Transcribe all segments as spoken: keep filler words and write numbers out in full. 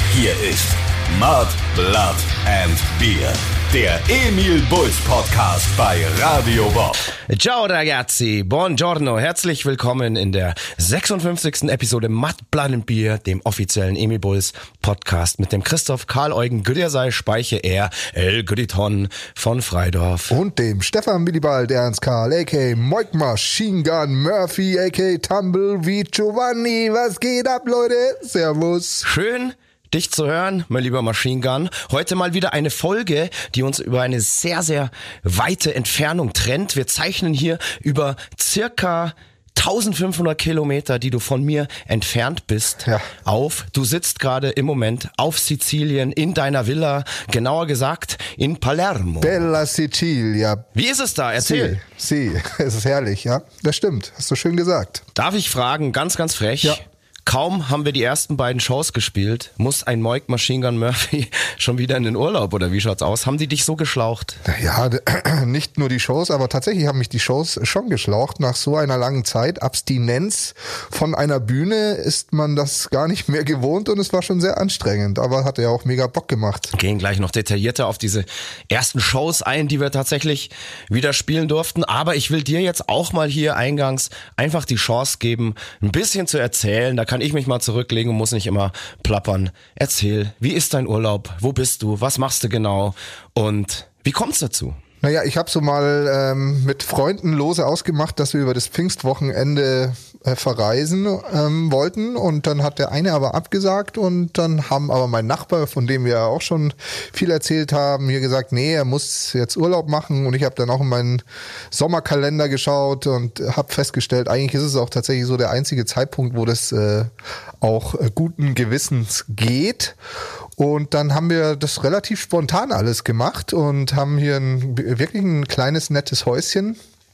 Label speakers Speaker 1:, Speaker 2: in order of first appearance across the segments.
Speaker 1: Hier ist Mud, Blood and Beer, der Emil Bulls Podcast bei Radio Bob.
Speaker 2: Ciao ragazzi, buongiorno, herzlich willkommen in der sechsundfünfzigsten Episode Mud, Blood and Beer, dem offiziellen Emil Bulls Podcast mit dem Christoph Karl Eugen Güdersei Speiche er El Güditon von Freidorf.
Speaker 3: Und dem Stefan Willibald Ernst Karl, a k a. Moik Machine Gun Murphy, a k a. Tumbleweed Giovanni. Was geht ab, Leute? Servus.
Speaker 2: Schön, dich zu hören, mein lieber Machine Gun. Heute mal wieder eine Folge, die uns über eine sehr, sehr weite Entfernung trennt. Wir zeichnen hier über circa eintausendfünfhundert Kilometer, die du von mir entfernt bist,
Speaker 3: ja. auf.
Speaker 2: Du sitzt gerade im Moment auf Sizilien in deiner Villa, genauer gesagt in Palermo.
Speaker 3: Bella Sicilia.
Speaker 2: Wie ist es da? Erzähl.
Speaker 3: Sie, si. Es ist herrlich, ja. Das stimmt, hast du schön gesagt.
Speaker 2: Darf ich fragen, ganz, ganz frech?
Speaker 3: Ja.
Speaker 2: Kaum haben wir die ersten beiden Shows gespielt, muss ein Moik Machine Gun Murphy schon wieder in den Urlaub oder wie schaut's aus? Haben die dich so geschlaucht?
Speaker 3: Ja, nicht nur die Shows, aber tatsächlich haben mich die Shows schon geschlaucht. Nach so einer langen Zeit, Abstinenz von einer Bühne, ist man das gar nicht mehr gewohnt und es war schon sehr anstrengend, aber hat ja auch mega Bock gemacht.
Speaker 2: Gehen gleich noch detaillierter auf diese ersten Shows ein, die wir tatsächlich wieder spielen durften, aber ich will dir jetzt auch mal hier eingangs einfach die Chance geben, ein bisschen zu erzählen. Da kann ich mich mal zurücklegen und muss nicht immer plappern. Erzähl, wie ist dein Urlaub? Wo bist du? Was machst du genau? Und wie kommt's dazu?
Speaker 3: Naja, ich habe so mal ähm, mit Freunden lose ausgemacht, dass wir über das Pfingstwochenende äh, verreisen ähm, wollten und dann hat der eine aber abgesagt und dann haben aber mein Nachbar, von dem wir auch schon viel erzählt haben, mir gesagt, nee, er muss jetzt Urlaub machen und ich habe dann auch in meinen Sommerkalender geschaut und habe festgestellt, eigentlich ist es auch tatsächlich so der einzige Zeitpunkt, wo das äh, auch äh, guten Gewissens geht. Und dann haben wir das relativ spontan alles gemacht und haben hier ein, wirklich ein kleines, nettes Häuschen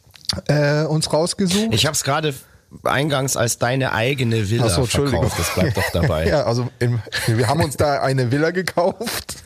Speaker 3: äh, uns rausgesucht.
Speaker 2: Ich habe es gerade eingangs als deine eigene Villa
Speaker 3: Ach so, Entschuldigung.
Speaker 2: verkauft, das bleibt doch dabei.
Speaker 3: Ja, also im, wir haben uns da eine Villa gekauft.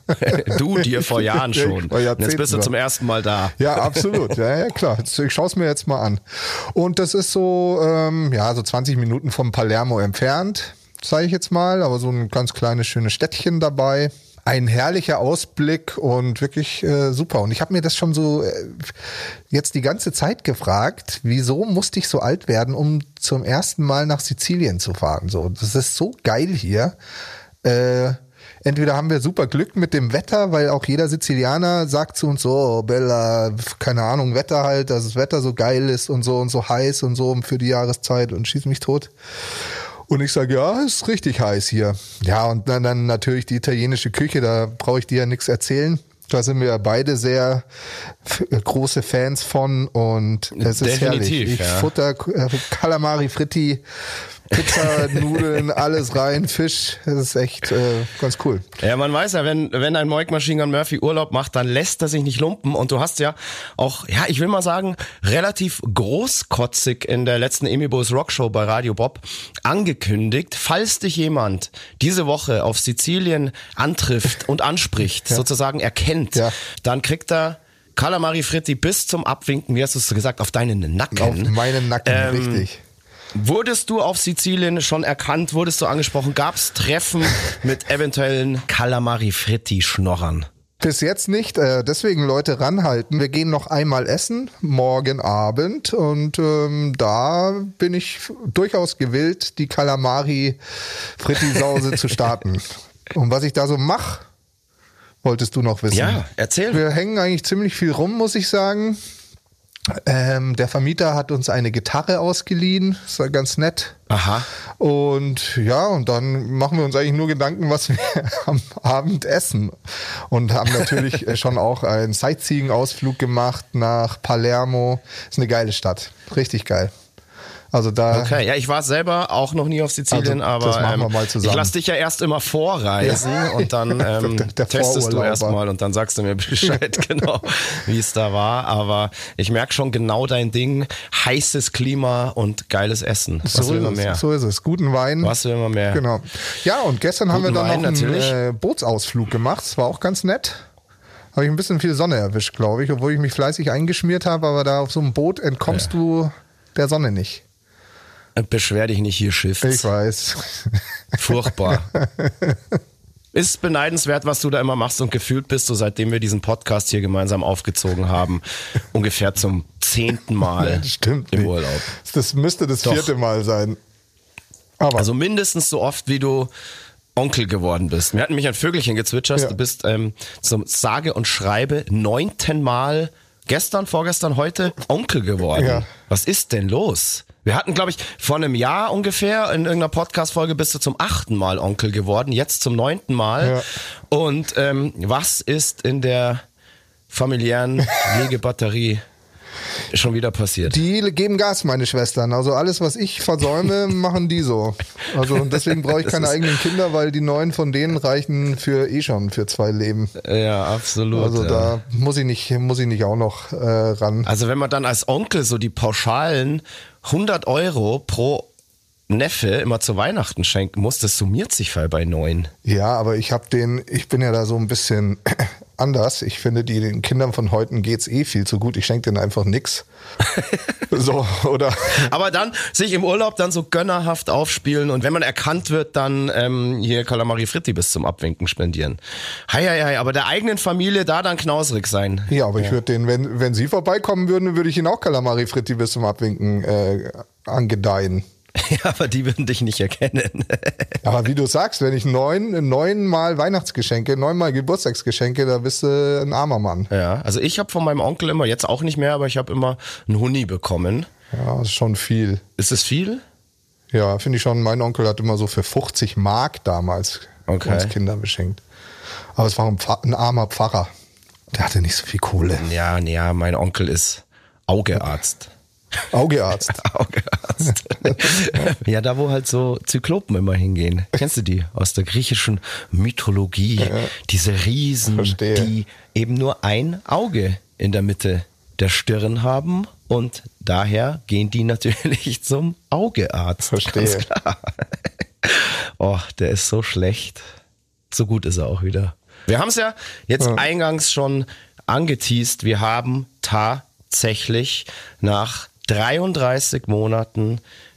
Speaker 2: Du dir vor Jahren schon.
Speaker 3: Vor
Speaker 2: Und jetzt bist du zum ersten Mal da.
Speaker 3: Ja, absolut. Ja, ja klar. Ich schaue es mir jetzt mal an. Und das ist so, ähm, ja, so zwanzig Minuten vom Palermo entfernt, sage ich jetzt mal, aber so ein ganz kleines, schönes Städtchen dabei. Ein herrlicher Ausblick und wirklich äh, super. Und ich habe mir das schon so äh, jetzt die ganze Zeit gefragt, wieso musste ich so alt werden, um zum ersten Mal nach Sizilien zu fahren? So, das ist so geil hier. Äh, Entweder haben wir super Glück mit dem Wetter, weil auch jeder Sizilianer sagt zu uns so, oh, Bella, keine Ahnung, Wetter halt, dass das Wetter so geil ist und so und so heiß und so für die Jahreszeit und schieß mich tot. Und ich sage, ja, es ist richtig heiß hier. Ja, und dann, dann natürlich die italienische Küche, da brauche ich dir ja nichts erzählen. Da sind wir beide sehr f- große Fans von und es ist
Speaker 2: Definitiv,
Speaker 3: herrlich. Ich
Speaker 2: ja.
Speaker 3: futter äh, Calamari Fritti, Pizza, Nudeln, alles rein, Fisch. Das ist echt äh, ganz cool.
Speaker 2: Ja, man weiß ja, wenn wenn ein Moik Machine Gun Murphy Urlaub macht, dann lässt er sich nicht lumpen. Und du hast ja auch, ja, ich will mal sagen, relativ großkotzig in der letzten Emil Bulls Rockshow bei Radio Bob angekündigt, falls dich jemand diese Woche auf Sizilien antrifft und anspricht, ja. sozusagen erkennt,
Speaker 3: ja.
Speaker 2: dann kriegt er Calamari Fritti bis zum Abwinken, wie hast du es gesagt, auf deinen Nacken.
Speaker 3: Auf meinen Nacken,
Speaker 2: ähm,
Speaker 3: richtig.
Speaker 2: Wurdest du auf Sizilien schon erkannt? Wurdest du angesprochen? Gab es Treffen mit eventuellen Calamari-Fritti-Schnorrern?
Speaker 3: Bis jetzt nicht, äh, deswegen Leute ranhalten. Wir gehen noch einmal essen, morgen Abend und ähm, da bin ich durchaus gewillt, die Calamari-Fritti-Sause zu starten. Und was ich da so mache, wolltest du noch wissen?
Speaker 2: Ja, erzähl.
Speaker 3: Wir hängen eigentlich ziemlich viel rum, muss ich sagen. Ähm, der Vermieter hat uns eine Gitarre ausgeliehen, das war ganz nett.
Speaker 2: Aha.
Speaker 3: Und ja, und dann machen wir uns eigentlich nur Gedanken, was wir am Abend essen. Und haben natürlich schon auch einen Sightseeing-Ausflug gemacht nach Palermo. Ist eine geile Stadt, richtig geil. Also da.
Speaker 2: Okay, ja, ich war selber auch noch nie auf Sizilien,
Speaker 3: also,
Speaker 2: aber
Speaker 3: das machen wir
Speaker 2: ähm,
Speaker 3: mal zusammen.
Speaker 2: ich lass dich ja erst immer vorreisen ja. und dann ähm,
Speaker 3: der, der
Speaker 2: testest du
Speaker 3: Vorurlauber.
Speaker 2: erstmal und dann sagst du mir Bescheid, genau, wie es da war. Aber ich merke schon genau dein Ding, heißes Klima und geiles Essen. Was
Speaker 3: so
Speaker 2: will man
Speaker 3: ist
Speaker 2: mehr?
Speaker 3: Es, so ist es, guten Wein.
Speaker 2: Was will man mehr?
Speaker 3: Genau. Ja, und gestern
Speaker 2: Guten
Speaker 3: haben wir dann
Speaker 2: Wein,
Speaker 3: noch einen
Speaker 2: natürlich.
Speaker 3: äh, Bootsausflug gemacht, das war auch ganz nett. Habe ich ein bisschen viel Sonne erwischt, glaube ich, obwohl ich mich fleißig eingeschmiert habe, aber da auf so einem Boot entkommst ja. du der Sonne nicht.
Speaker 2: Beschwer dich nicht hier, Schiff.
Speaker 3: Ich weiß.
Speaker 2: Furchtbar. Ist beneidenswert, was du da immer machst und gefühlt bist du, seitdem wir diesen Podcast hier gemeinsam aufgezogen haben, ungefähr zum zehnten Mal
Speaker 3: das stimmt
Speaker 2: im
Speaker 3: nicht.
Speaker 2: Urlaub.
Speaker 3: Das müsste das
Speaker 2: Doch.
Speaker 3: vierte Mal sein. Aber
Speaker 2: Also mindestens so oft, wie du Onkel geworden bist. Wir hatten mich ein Vögelchen gezwitschert.
Speaker 3: Ja.
Speaker 2: Du bist ähm, zum sage und schreibe neunten Mal gestern, vorgestern, heute Onkel geworden.
Speaker 3: Ja.
Speaker 2: Was ist denn los? Wir hatten, glaube ich, vor einem Jahr ungefähr in irgendeiner Podcast-Folge bist du zum achten Mal Onkel geworden, jetzt zum neunten Mal.
Speaker 3: Ja.
Speaker 2: Und ähm, was ist in der familiären Legebatterie schon wieder passiert?
Speaker 3: die geben Gas, meine Schwestern. Also alles, was ich versäume, machen die so. Also und deswegen brauche ich
Speaker 2: Das
Speaker 3: keine
Speaker 2: ist-
Speaker 3: eigenen Kinder, weil die neun von denen reichen für eh schon für zwei Leben.
Speaker 2: Ja, absolut.
Speaker 3: Also
Speaker 2: ja.
Speaker 3: da muss ich nicht, muss ich nicht auch noch äh, ran.
Speaker 2: Also wenn man dann als Onkel so die pauschalen hundert Euro pro Neffe immer zu Weihnachten schenken muss, das summiert sich voll bei neun.
Speaker 3: Ja, aber ich habe den, ich bin ja da so ein bisschen anders. Ich finde, die, den Kindern von heute geht's eh viel zu gut. Ich schenke denen einfach nix. So, oder?
Speaker 2: Aber dann sich im Urlaub dann so gönnerhaft aufspielen und wenn man erkannt wird, dann ähm, hier Calamari Fritti bis zum Abwinken spendieren. Hei, hei, hei, aber der eigenen Familie da dann knausrig sein.
Speaker 3: Ja, aber ich würde den, wenn, wenn sie vorbeikommen würden, würde ich ihnen auch Calamari Fritti bis zum Abwinken äh, angedeihen.
Speaker 2: Ja, aber die würden dich nicht erkennen.
Speaker 3: Aber wie du sagst, wenn ich neun, neunmal Weihnachtsgeschenke, neunmal Geburtstagsgeschenke, da bist du ein armer Mann.
Speaker 2: Ja, also ich habe von meinem Onkel immer, jetzt auch nicht mehr, aber ich habe immer einen Huni bekommen.
Speaker 3: Ja, das ist schon viel.
Speaker 2: Ist es viel?
Speaker 3: Ja, finde ich schon. Mein Onkel hat immer so für fünfzig Mark damals
Speaker 2: Okay.
Speaker 3: uns Kinder beschenkt. Aber es war ein, Pfarr, ein armer Pfarrer. Der hatte nicht so viel Kohle.
Speaker 2: Ja, ja, mein Onkel ist Augearzt.
Speaker 3: Augearzt.
Speaker 2: Augearzt. Ja, da wo halt so Zyklopen immer hingehen. Kennst du die aus der griechischen Mythologie? Diese Riesen,
Speaker 3: Verstehe.
Speaker 2: die eben nur ein Auge in der Mitte der Stirn haben und daher gehen die natürlich zum Augearzt.
Speaker 3: Verstehe.
Speaker 2: Ganz klar. Oh, der ist so schlecht. So gut ist er auch wieder. Wir haben es ja jetzt
Speaker 3: Ja.
Speaker 2: eingangs schon angeteast. Wir haben tatsächlich nach dreiunddreißig Monaten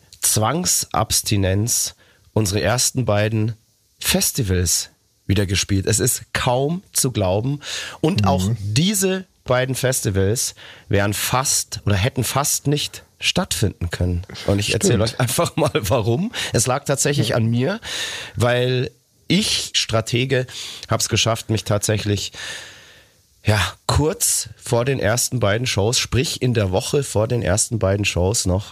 Speaker 2: Zwangsabstinenz unsere ersten beiden Festivals wieder gespielt. Es ist kaum zu glauben. Und auch diese beiden Festivals wären fast oder hätten fast nicht stattfinden können. Und ich erzähle euch einfach mal, warum. Es lag tatsächlich an mir, weil ich, Stratege, habe es geschafft, mich tatsächlich ja, kurz vor den ersten beiden Shows, sprich in der Woche vor den ersten beiden Shows noch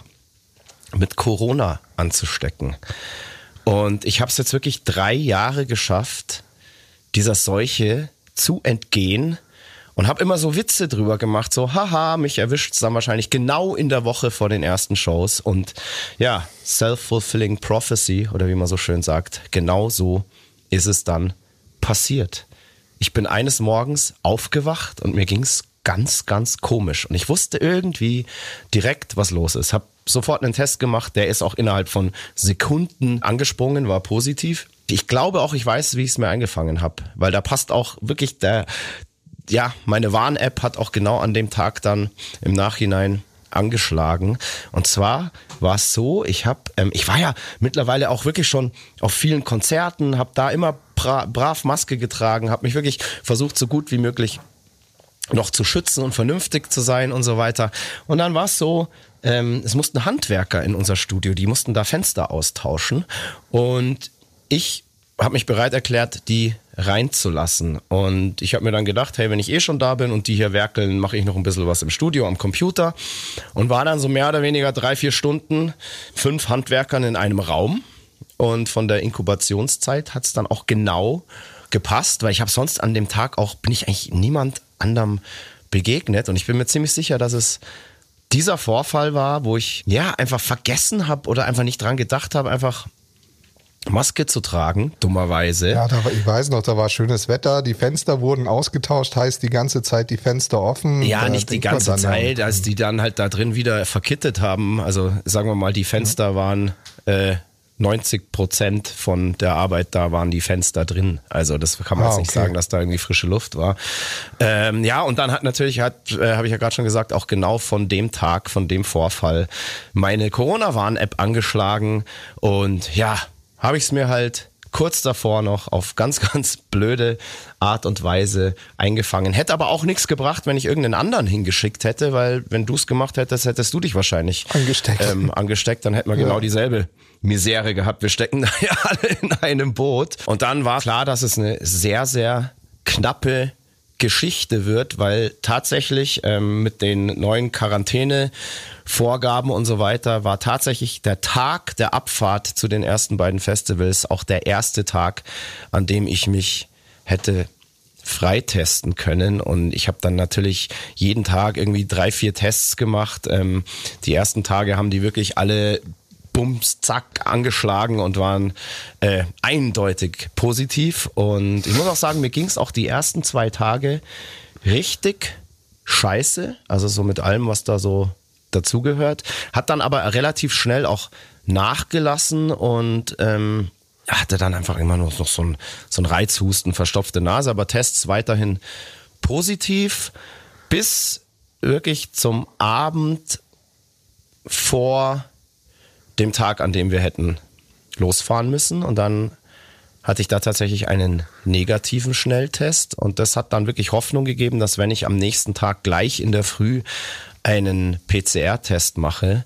Speaker 2: mit Corona anzustecken. Und ich habe es jetzt wirklich drei Jahre geschafft, dieser Seuche zu entgehen und habe immer so Witze drüber gemacht, so haha, mich erwischt es dann wahrscheinlich genau in der Woche vor den ersten Shows. Und ja, self-fulfilling prophecy, oder wie man so schön sagt, genau so ist es dann passiert. Ich bin eines Morgens aufgewacht und mir ging's ganz, ganz komisch. Und ich wusste irgendwie direkt, was los ist. Hab sofort einen Test gemacht, der ist auch innerhalb von Sekunden angesprungen, war positiv. Ich glaube auch, ich weiß, wie ich es mir eingefangen habe, weil da passt auch wirklich der, ja, meine Warn-App hat auch genau an dem Tag dann im Nachhinein angeschlagen. Und zwar war es so, ich habe, ähm, ich war ja mittlerweile auch wirklich schon auf vielen Konzerten, habe da immer bra- brav Maske getragen, habe mich wirklich versucht, so gut wie möglich noch zu schützen und vernünftig zu sein und so weiter. Und dann war es so, ähm, es mussten Handwerker in unser Studio, die mussten da Fenster austauschen und ich habe mich bereit erklärt, die reinzulassen. Und ich habe mir dann gedacht, hey, wenn ich eh schon da bin und die hier werkeln, mache ich noch ein bisschen was im Studio am Computer. Und war dann so mehr oder weniger drei, vier Stunden, fünf Handwerkern in einem Raum. Und von der Inkubationszeit hat es dann auch genau gepasst, weil ich habe sonst an dem Tag auch, bin ich eigentlich niemand anderem begegnet. Und ich bin mir ziemlich sicher, dass es dieser Vorfall war, wo ich ja einfach vergessen habe oder einfach nicht dran gedacht habe, einfach Maske zu tragen, dummerweise.
Speaker 3: Ja, da war, ich weiß noch, da war schönes Wetter, die Fenster wurden ausgetauscht, heißt die ganze Zeit die Fenster offen.
Speaker 2: Ja,
Speaker 3: Da
Speaker 2: nicht die
Speaker 3: denkt man
Speaker 2: ganze
Speaker 3: dann,
Speaker 2: Zeit,
Speaker 3: ja,
Speaker 2: als die dann halt da drin wieder verkittet haben. Also sagen wir mal, die Fenster waren äh, neunzig Prozent von der Arbeit, da waren die Fenster drin. Also das kann man
Speaker 3: Ah,
Speaker 2: jetzt nicht
Speaker 3: okay.
Speaker 2: sagen, dass da irgendwie frische Luft war. Ähm, ja, und dann hat natürlich, hat, äh, habe ich ja gerade schon gesagt, auch genau von dem Tag, von dem Vorfall meine Corona-Warn-App angeschlagen. Und ja, habe ich es mir halt kurz davor noch auf ganz, ganz blöde Art und Weise eingefangen. Hätte aber auch nichts gebracht, wenn ich irgendeinen anderen hingeschickt hätte, weil wenn du es gemacht hättest, hättest du dich wahrscheinlich
Speaker 3: angesteckt.
Speaker 2: Ähm, angesteckt. Dann hätten wir ja. genau dieselbe Misere gehabt. Wir stecken da ja alle in einem Boot. Und dann war klar, dass es eine sehr, sehr knappe Geschichte wird, weil tatsächlich ähm, mit den neuen Quarantänevorgaben und so weiter war tatsächlich der Tag der Abfahrt zu den ersten beiden Festivals auch der erste Tag, an dem ich mich hätte freitesten können. Und ich habe dann natürlich jeden Tag irgendwie drei, vier Tests gemacht. Ähm, die ersten Tage haben die wirklich alle Bums, zack, angeschlagen und waren äh, eindeutig positiv. Und ich muss auch sagen, mir ging es auch die ersten zwei Tage richtig scheiße. Also so mit allem, was da so dazugehört. Hat dann aber relativ schnell auch nachgelassen und ähm, hatte dann einfach immer nur noch so ein, so ein Reizhusten, verstopfte Nase. Aber Tests weiterhin positiv bis wirklich zum Abend vor dem Tag, an dem wir hätten losfahren müssen. Und dann hatte ich da tatsächlich einen negativen Schnelltest. Und das hat dann wirklich Hoffnung gegeben, dass wenn ich am nächsten Tag gleich in der Früh einen P C R-Test mache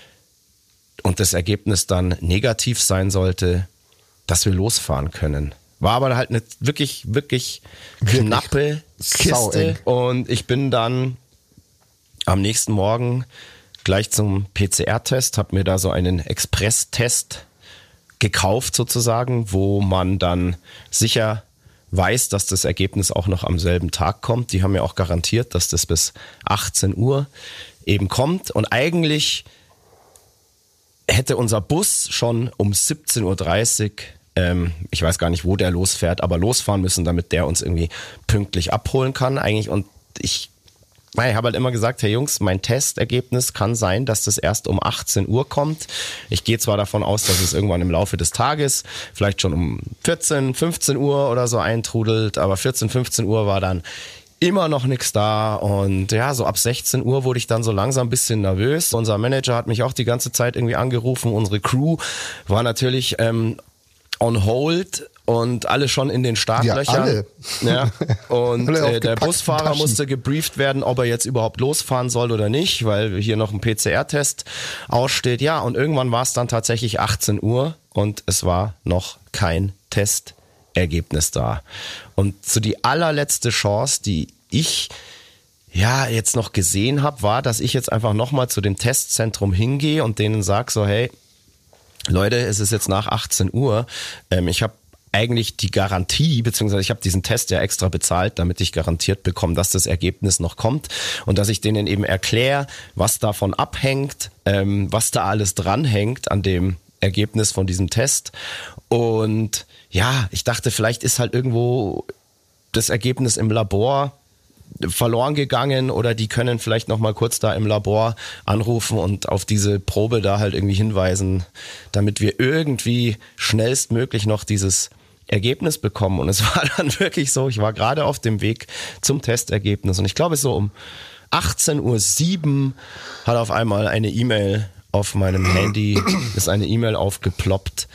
Speaker 2: und das Ergebnis dann negativ sein sollte, dass wir losfahren können. War aber halt eine wirklich, wirklich, wirklich knappe Kiste. Und ich bin dann am nächsten Morgen gleich zum P C R-Test, habe mir da so einen Express-Test gekauft sozusagen, wo man dann sicher weiß, dass das Ergebnis auch noch am selben Tag kommt. Die haben mir auch garantiert, dass das bis achtzehn Uhr eben kommt. Und eigentlich hätte unser Bus schon um siebzehn Uhr dreißig, ähm, ich weiß gar nicht, wo der losfährt, aber losfahren müssen, damit der uns irgendwie pünktlich abholen kann eigentlich. Und ich Ich habe halt immer gesagt, hey Jungs, mein Testergebnis kann sein, dass das erst um achtzehn Uhr kommt. Ich gehe zwar davon aus, dass es irgendwann im Laufe des Tages vielleicht schon um vierzehn, fünfzehn Uhr oder so eintrudelt, aber vierzehn, fünfzehn Uhr war dann immer noch nichts da und ja, so ab sechzehn Uhr wurde ich dann so langsam ein bisschen nervös. Unser Manager hat mich auch die ganze Zeit irgendwie angerufen. Unsere Crew war natürlich ähm, on hold und alle schon in den Startlöchern. Ja, alle. Ja. Und äh, der Busfahrer Taschen. musste gebrieft werden, ob er jetzt überhaupt losfahren soll oder nicht, weil hier noch ein P C R-Test aussteht. Ja, und irgendwann war es dann tatsächlich achtzehn Uhr und es war noch kein Testergebnis da. Und so die allerletzte Chance, die ich ja jetzt noch gesehen habe, war, dass ich jetzt einfach nochmal zu dem Testzentrum hingehe und denen sage so, hey, Leute, es ist jetzt nach achtzehn Uhr. Ähm, ich habe eigentlich die Garantie, beziehungsweise ich habe diesen Test ja extra bezahlt, damit ich garantiert bekomme, dass das Ergebnis noch kommt und dass ich denen eben erkläre, was davon abhängt, ähm, was da alles dranhängt an dem Ergebnis von diesem Test. Und ja, ich dachte, vielleicht ist halt irgendwo das Ergebnis im Labor verloren gegangen oder die können vielleicht noch mal kurz da im Labor anrufen und auf diese Probe da halt irgendwie hinweisen, damit wir irgendwie schnellstmöglich noch dieses Ergebnis bekommen. Und es war dann wirklich so, ich war gerade auf dem Weg zum Testergebnis und ich glaube so um achtzehn Uhr sieben hat auf einmal eine E-Mail auf meinem Handy, ist eine E-Mail aufgeploppt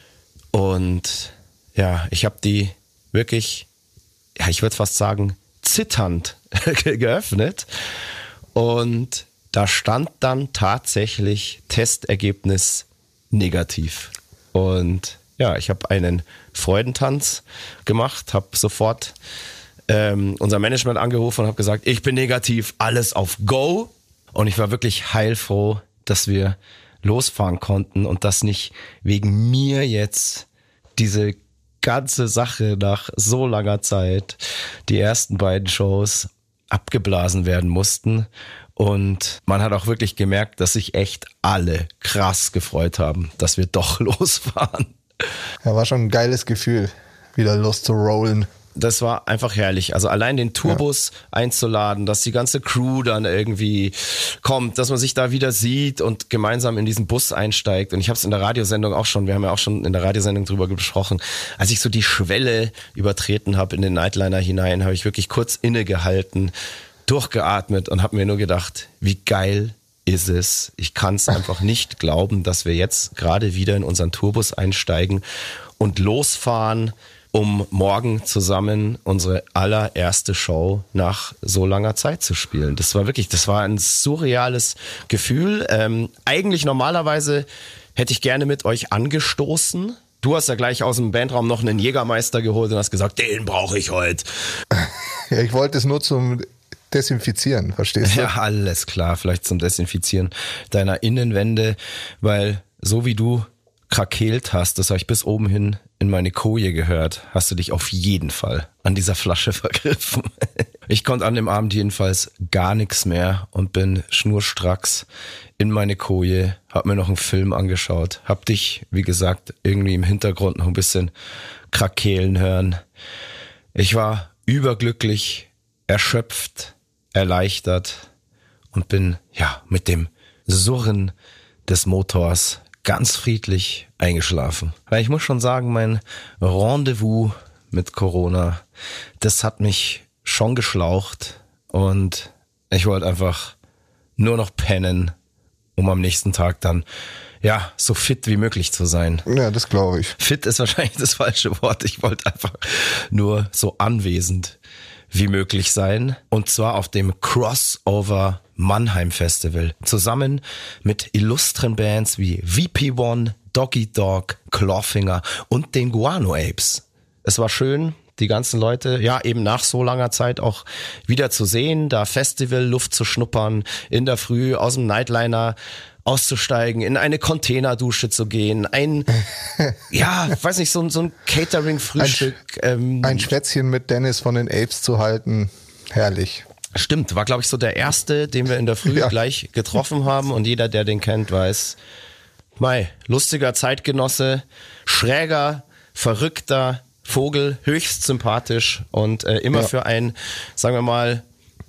Speaker 2: und ja, ich habe die wirklich, ja, ich würde fast sagen, zitternd geöffnet und da stand dann tatsächlich Testergebnis negativ. Und ja, ich habe einen Freudentanz gemacht, habe sofort ähm, unser Management angerufen und habe gesagt, ich bin negativ, alles auf Go. Und ich war wirklich heilfroh, dass wir losfahren konnten und dass nicht wegen mir jetzt diese ganze Sache nach so langer Zeit, die ersten beiden Shows abgeblasen werden mussten. Und man hat auch wirklich gemerkt, dass sich echt alle krass gefreut haben, dass wir doch losfahren.
Speaker 3: Ja, war schon ein geiles Gefühl, wieder loszurollen.
Speaker 2: Das war einfach herrlich. Also allein den Tourbus ja. einzuladen, dass die ganze Crew dann irgendwie kommt, dass man sich da wieder sieht und gemeinsam in diesen Bus einsteigt. Und ich habe es in der Radiosendung auch schon, wir haben ja auch schon in der Radiosendung drüber gesprochen, als ich so die Schwelle übertreten habe in den Nightliner hinein, habe ich wirklich kurz innegehalten, durchgeatmet und habe mir nur gedacht, wie geil ist es. Ich kann es einfach nicht glauben, dass wir jetzt gerade wieder in unseren Tourbus einsteigen und losfahren, um morgen zusammen unsere allererste Show nach so langer Zeit zu spielen. Das war wirklich, das war ein surreales Gefühl. Ähm, eigentlich normalerweise hätte ich gerne mit euch angestoßen. Du hast ja gleich aus dem Bandraum noch einen Jägermeister geholt und hast gesagt, den brauche ich heute.
Speaker 3: Ja, ich wollte es nur zum Desinfizieren, verstehst du?
Speaker 2: Ja, alles klar, vielleicht zum Desinfizieren deiner Innenwände, weil so wie du krakeelt hast, das habe ich bis oben hin in meine Koje gehört, hast du dich auf jeden Fall an dieser Flasche vergriffen. Ich konnte an dem Abend jedenfalls gar nichts mehr und bin schnurstracks in meine Koje, hab mir noch einen Film angeschaut, hab dich, wie gesagt, irgendwie im Hintergrund noch ein bisschen krakeelen hören. Ich war überglücklich, erschöpft, erleichtert und bin, ja, mit dem Surren des Motors ganz friedlich eingeschlafen. Weil ich muss schon sagen, mein Rendezvous mit Corona, das hat mich schon geschlaucht und ich wollte einfach nur noch pennen, um am nächsten Tag dann, ja, so fit wie möglich zu sein.
Speaker 3: Ja, das glaube ich.
Speaker 2: Fit ist wahrscheinlich das falsche Wort. Ich wollte einfach nur so anwesend wie möglich sein. Und zwar auf dem Crossover Mannheim Festival. Zusammen mit illustren Bands wie V P eins, Doggy Dog, Clawfinger und den Guano Apes. Es war schön, die ganzen Leute, ja, eben nach so langer Zeit auch wieder zu sehen, da Festival-Luft zu schnuppern, in der Früh aus dem Nightliner auszusteigen, in eine Containerdusche zu gehen, ein, ja, weiß nicht, so, so ein Catering-Frühstück.
Speaker 3: Ein, ähm, ein Schwätzchen mit Dennis von den Apes zu halten, herrlich.
Speaker 2: Stimmt, war glaube ich so der erste, den wir in der Früh ja. gleich getroffen haben und jeder, der den kennt, weiß, mei, lustiger Zeitgenosse, schräger, verrückter Vogel, höchst sympathisch und äh, immer ja. für ein, sagen wir mal,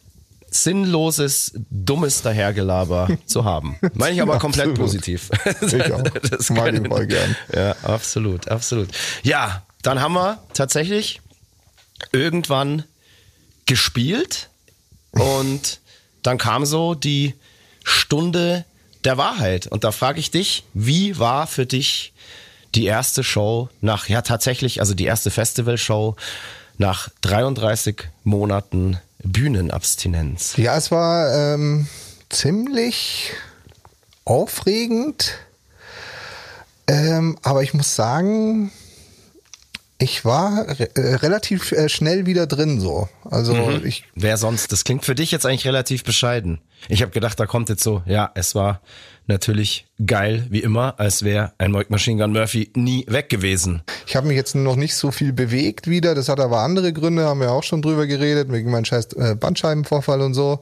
Speaker 2: sinnloses, dummes Dahergelaber zu haben. Meine ich aber komplett positiv.
Speaker 3: Ich auch.
Speaker 2: Das
Speaker 3: mag ich voll gern.
Speaker 2: Ja, absolut, absolut. Ja, dann haben wir tatsächlich irgendwann gespielt und dann kam so die Stunde der Wahrheit. Und da frage ich dich, wie war für dich die erste Show nach, ja tatsächlich, also die erste Festivalshow nach dreiunddreißig Monaten Bühnenabstinenz?
Speaker 3: Ja, es war ähm, ziemlich aufregend, ähm, aber ich muss sagen, ich war re- äh, relativ äh, schnell wieder drin so. Also
Speaker 2: mhm.
Speaker 3: ich.
Speaker 2: Wer sonst? Das klingt für dich jetzt eigentlich relativ bescheiden. Ich habe gedacht, da kommt jetzt so, ja, es war natürlich geil, wie immer, als wäre ein Machine Gun Murphy nie weg gewesen.
Speaker 3: Ich habe mich jetzt noch nicht so viel bewegt wieder, das hat aber andere Gründe, haben wir auch schon drüber geredet, wegen meinem scheiß äh, Bandscheibenvorfall und so.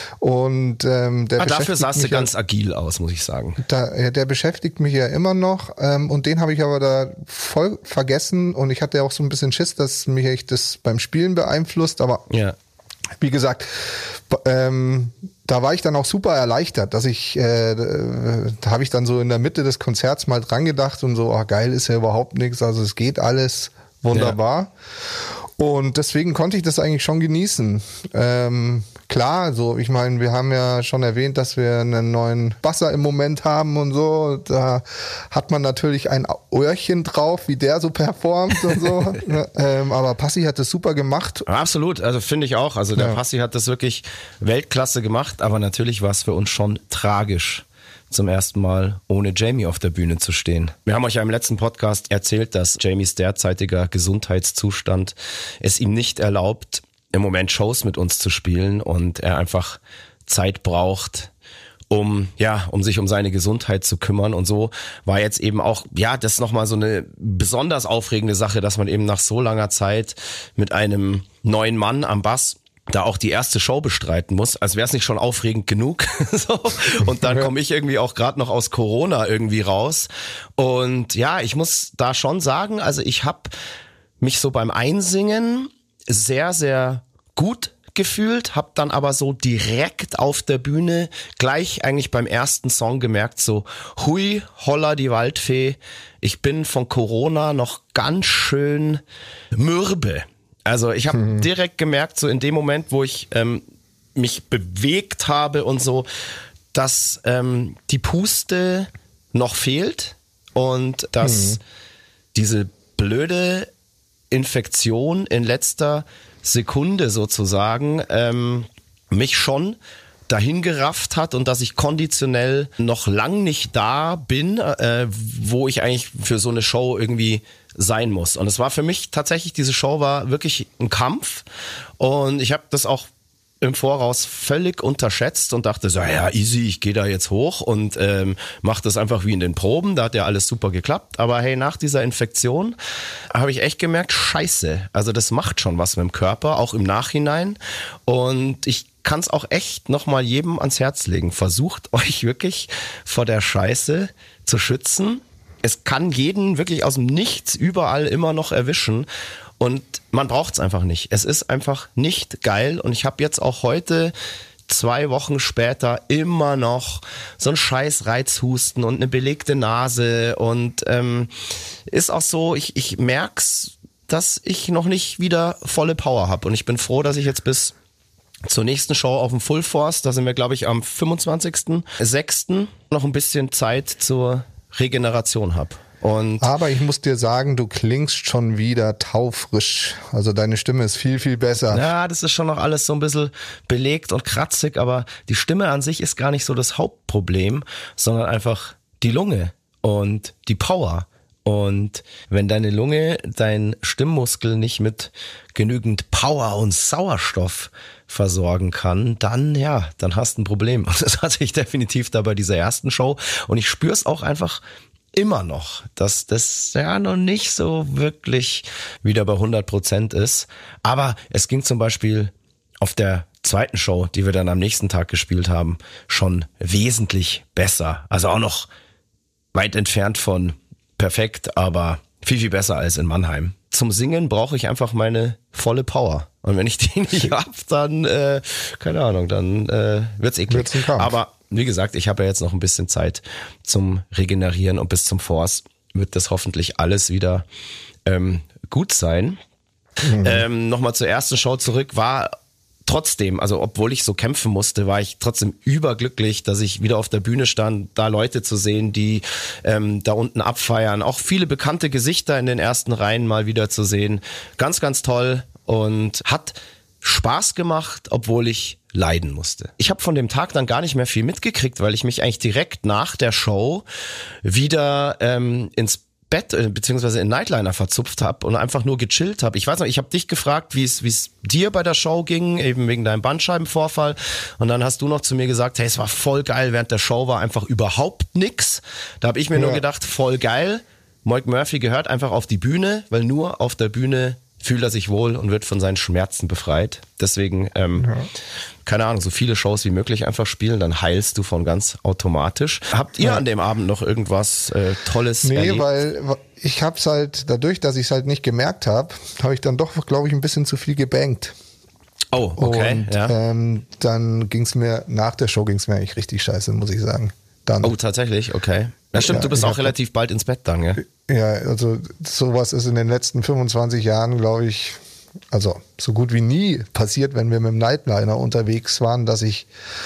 Speaker 3: Und ähm, der
Speaker 2: ah, dafür sahst du
Speaker 3: ja,
Speaker 2: ganz agil aus, muss ich sagen.
Speaker 3: Da, ja, der beschäftigt mich ja immer noch ähm, und den habe ich aber da voll vergessen und ich hatte auch so ein bisschen Schiss, dass mich echt das beim Spielen beeinflusst, aber
Speaker 2: ja.
Speaker 3: Wie gesagt, ähm, da war ich dann auch super erleichtert, dass ich, äh, da habe ich dann so in der Mitte des Konzerts mal dran gedacht und so, ah, geil ist ja überhaupt nichts, also es geht alles wunderbar. Ja. Und deswegen konnte ich das eigentlich schon genießen. Ähm, klar, so ich meine, wir haben ja schon erwähnt, dass wir einen neuen Basser im Moment haben und so. Da hat man natürlich ein Öhrchen drauf, wie der so performt und so. ähm, aber Passi hat das super gemacht.
Speaker 2: Absolut, also finde ich auch. Also der
Speaker 3: ja.
Speaker 2: Passi hat das wirklich Weltklasse gemacht, aber natürlich war es für uns schon tragisch, zum ersten Mal ohne Jamie auf der Bühne zu stehen. Wir haben euch ja im letzten Podcast erzählt, dass Jamies derzeitiger Gesundheitszustand es ihm nicht erlaubt, im Moment Shows mit uns zu spielen und er einfach Zeit braucht, um ja, um sich um seine Gesundheit zu kümmern. Und so war jetzt eben auch, ja, das nochmal so eine besonders aufregende Sache, dass man eben nach so langer Zeit mit einem neuen Mann am Bass da auch die erste Show bestreiten muss, als wäre es nicht schon aufregend genug. so. Und dann komme ich irgendwie auch gerade noch aus Corona irgendwie raus. Und ja, ich muss da schon sagen, also ich habe mich so beim Einsingen sehr, sehr gut gefühlt, habe dann aber so direkt auf der Bühne gleich eigentlich beim ersten Song gemerkt, so hui, holla die Waldfee, ich bin von Corona noch ganz schön mürbe. Also ich habe mhm. direkt gemerkt, so in dem Moment, wo ich ähm, mich bewegt habe und so, dass ähm, die Puste noch fehlt und dass mhm. diese blöde Infektion in letzter Sekunde sozusagen ähm, mich schon dahin gerafft hat und dass ich konditionell noch lang nicht da bin, äh, wo ich eigentlich für so eine Show irgendwie sein muss. Und es war für mich tatsächlich, diese Show war wirklich ein Kampf und ich habe das auch im Voraus völlig unterschätzt und dachte so, ja easy, ich gehe da jetzt hoch und ähm, mache das einfach wie in den Proben, da hat ja alles super geklappt, aber hey, nach dieser Infektion habe ich echt gemerkt, scheiße, also das macht schon was mit dem Körper, auch im Nachhinein und ich kann es auch echt nochmal jedem ans Herz legen, versucht euch wirklich vor der Scheiße zu schützen, es kann jeden wirklich aus dem Nichts überall immer noch erwischen. Und man braucht es einfach nicht. Es ist einfach nicht geil. Und ich habe jetzt auch heute, zwei Wochen später, immer noch so einen scheiß Reizhusten und eine belegte Nase. Und ähm, ist auch so, ich, ich merk's, dass ich noch nicht wieder volle Power habe. Und ich bin froh, dass ich jetzt bis zur nächsten Show auf dem Full Force, da sind wir, glaube ich, am fünfundzwanzigsten sechsten noch ein bisschen Zeit zur Regeneration habe. Und
Speaker 3: aber ich muss dir sagen, du klingst schon wieder taufrisch. Also deine Stimme ist viel, viel besser.
Speaker 2: Ja, das ist schon noch alles so ein bisschen belegt und kratzig, aber die Stimme an sich ist gar nicht so das Hauptproblem, sondern einfach die Lunge und die Power. Und wenn deine Lunge dein Stimmmuskel nicht mit genügend Power und Sauerstoff versorgen kann, dann ja, dann hast du ein Problem. Und das hatte ich definitiv da bei dieser ersten Show. Und ich spüre es auch einfach immer noch, dass das ja noch nicht so wirklich wieder bei hundert Prozent ist. Aber es ging zum Beispiel auf der zweiten Show, die wir dann am nächsten Tag gespielt haben, schon wesentlich besser. Also auch noch weit entfernt von perfekt, aber viel, viel besser als in Mannheim. Zum Singen brauche ich einfach meine volle Power. Und wenn ich die nicht hab, dann, äh, keine Ahnung, dann äh, wird's eklig.
Speaker 3: Wird's ein Kampf.
Speaker 2: Aber wie gesagt, ich habe ja jetzt noch ein bisschen Zeit zum Regenerieren und bis zum Force wird das hoffentlich alles wieder ähm, gut sein. Mhm. Ähm, Nochmal zur ersten Show zurück, war trotzdem, also obwohl ich so kämpfen musste, war ich trotzdem überglücklich, dass ich wieder auf der Bühne stand, da Leute zu sehen, die ähm, da unten abfeiern. Auch viele bekannte Gesichter in den ersten Reihen mal wieder zu sehen. Ganz, ganz toll und hat Spaß gemacht, obwohl ich leiden musste. Ich habe von dem Tag dann gar nicht mehr viel mitgekriegt, weil ich mich eigentlich direkt nach der Show wieder ähm, ins Bett äh, beziehungsweise in Nightliner verzupft habe und einfach nur gechillt habe. Ich weiß noch, ich habe dich gefragt, wie es wie es dir bei der Show ging, eben wegen deinem Bandscheibenvorfall. Und dann hast du noch zu mir gesagt, hey, es war voll geil, während der Show war einfach überhaupt nix. Da habe ich mir ja. nur gedacht, voll geil. Mike Murphy gehört einfach auf die Bühne, weil nur auf der Bühne fühlt er sich wohl und wird von seinen Schmerzen befreit. Deswegen, ähm, ja. keine Ahnung, so viele Shows wie möglich einfach spielen, dann heilst du von ganz automatisch. Habt ihr ja. an dem Abend noch irgendwas äh, Tolles
Speaker 3: nee,
Speaker 2: erlebt?
Speaker 3: Nee, weil ich hab's halt, dadurch, dass ich es halt nicht gemerkt habe, habe ich dann doch, glaube ich, ein bisschen zu viel gebankt.
Speaker 2: Oh, okay.
Speaker 3: Und
Speaker 2: ja.
Speaker 3: ähm, dann ging's mir, nach der Show ging's mir eigentlich richtig scheiße, muss ich sagen. Dann.
Speaker 2: Oh, tatsächlich, okay. Ja, stimmt, ja, du bist auch relativ bald ins Bett dann, ja?
Speaker 3: Ja, also sowas ist in den letzten fünfundzwanzig Jahren, glaube ich, also so gut wie nie passiert, wenn wir mit dem Nightliner unterwegs waren, dass ich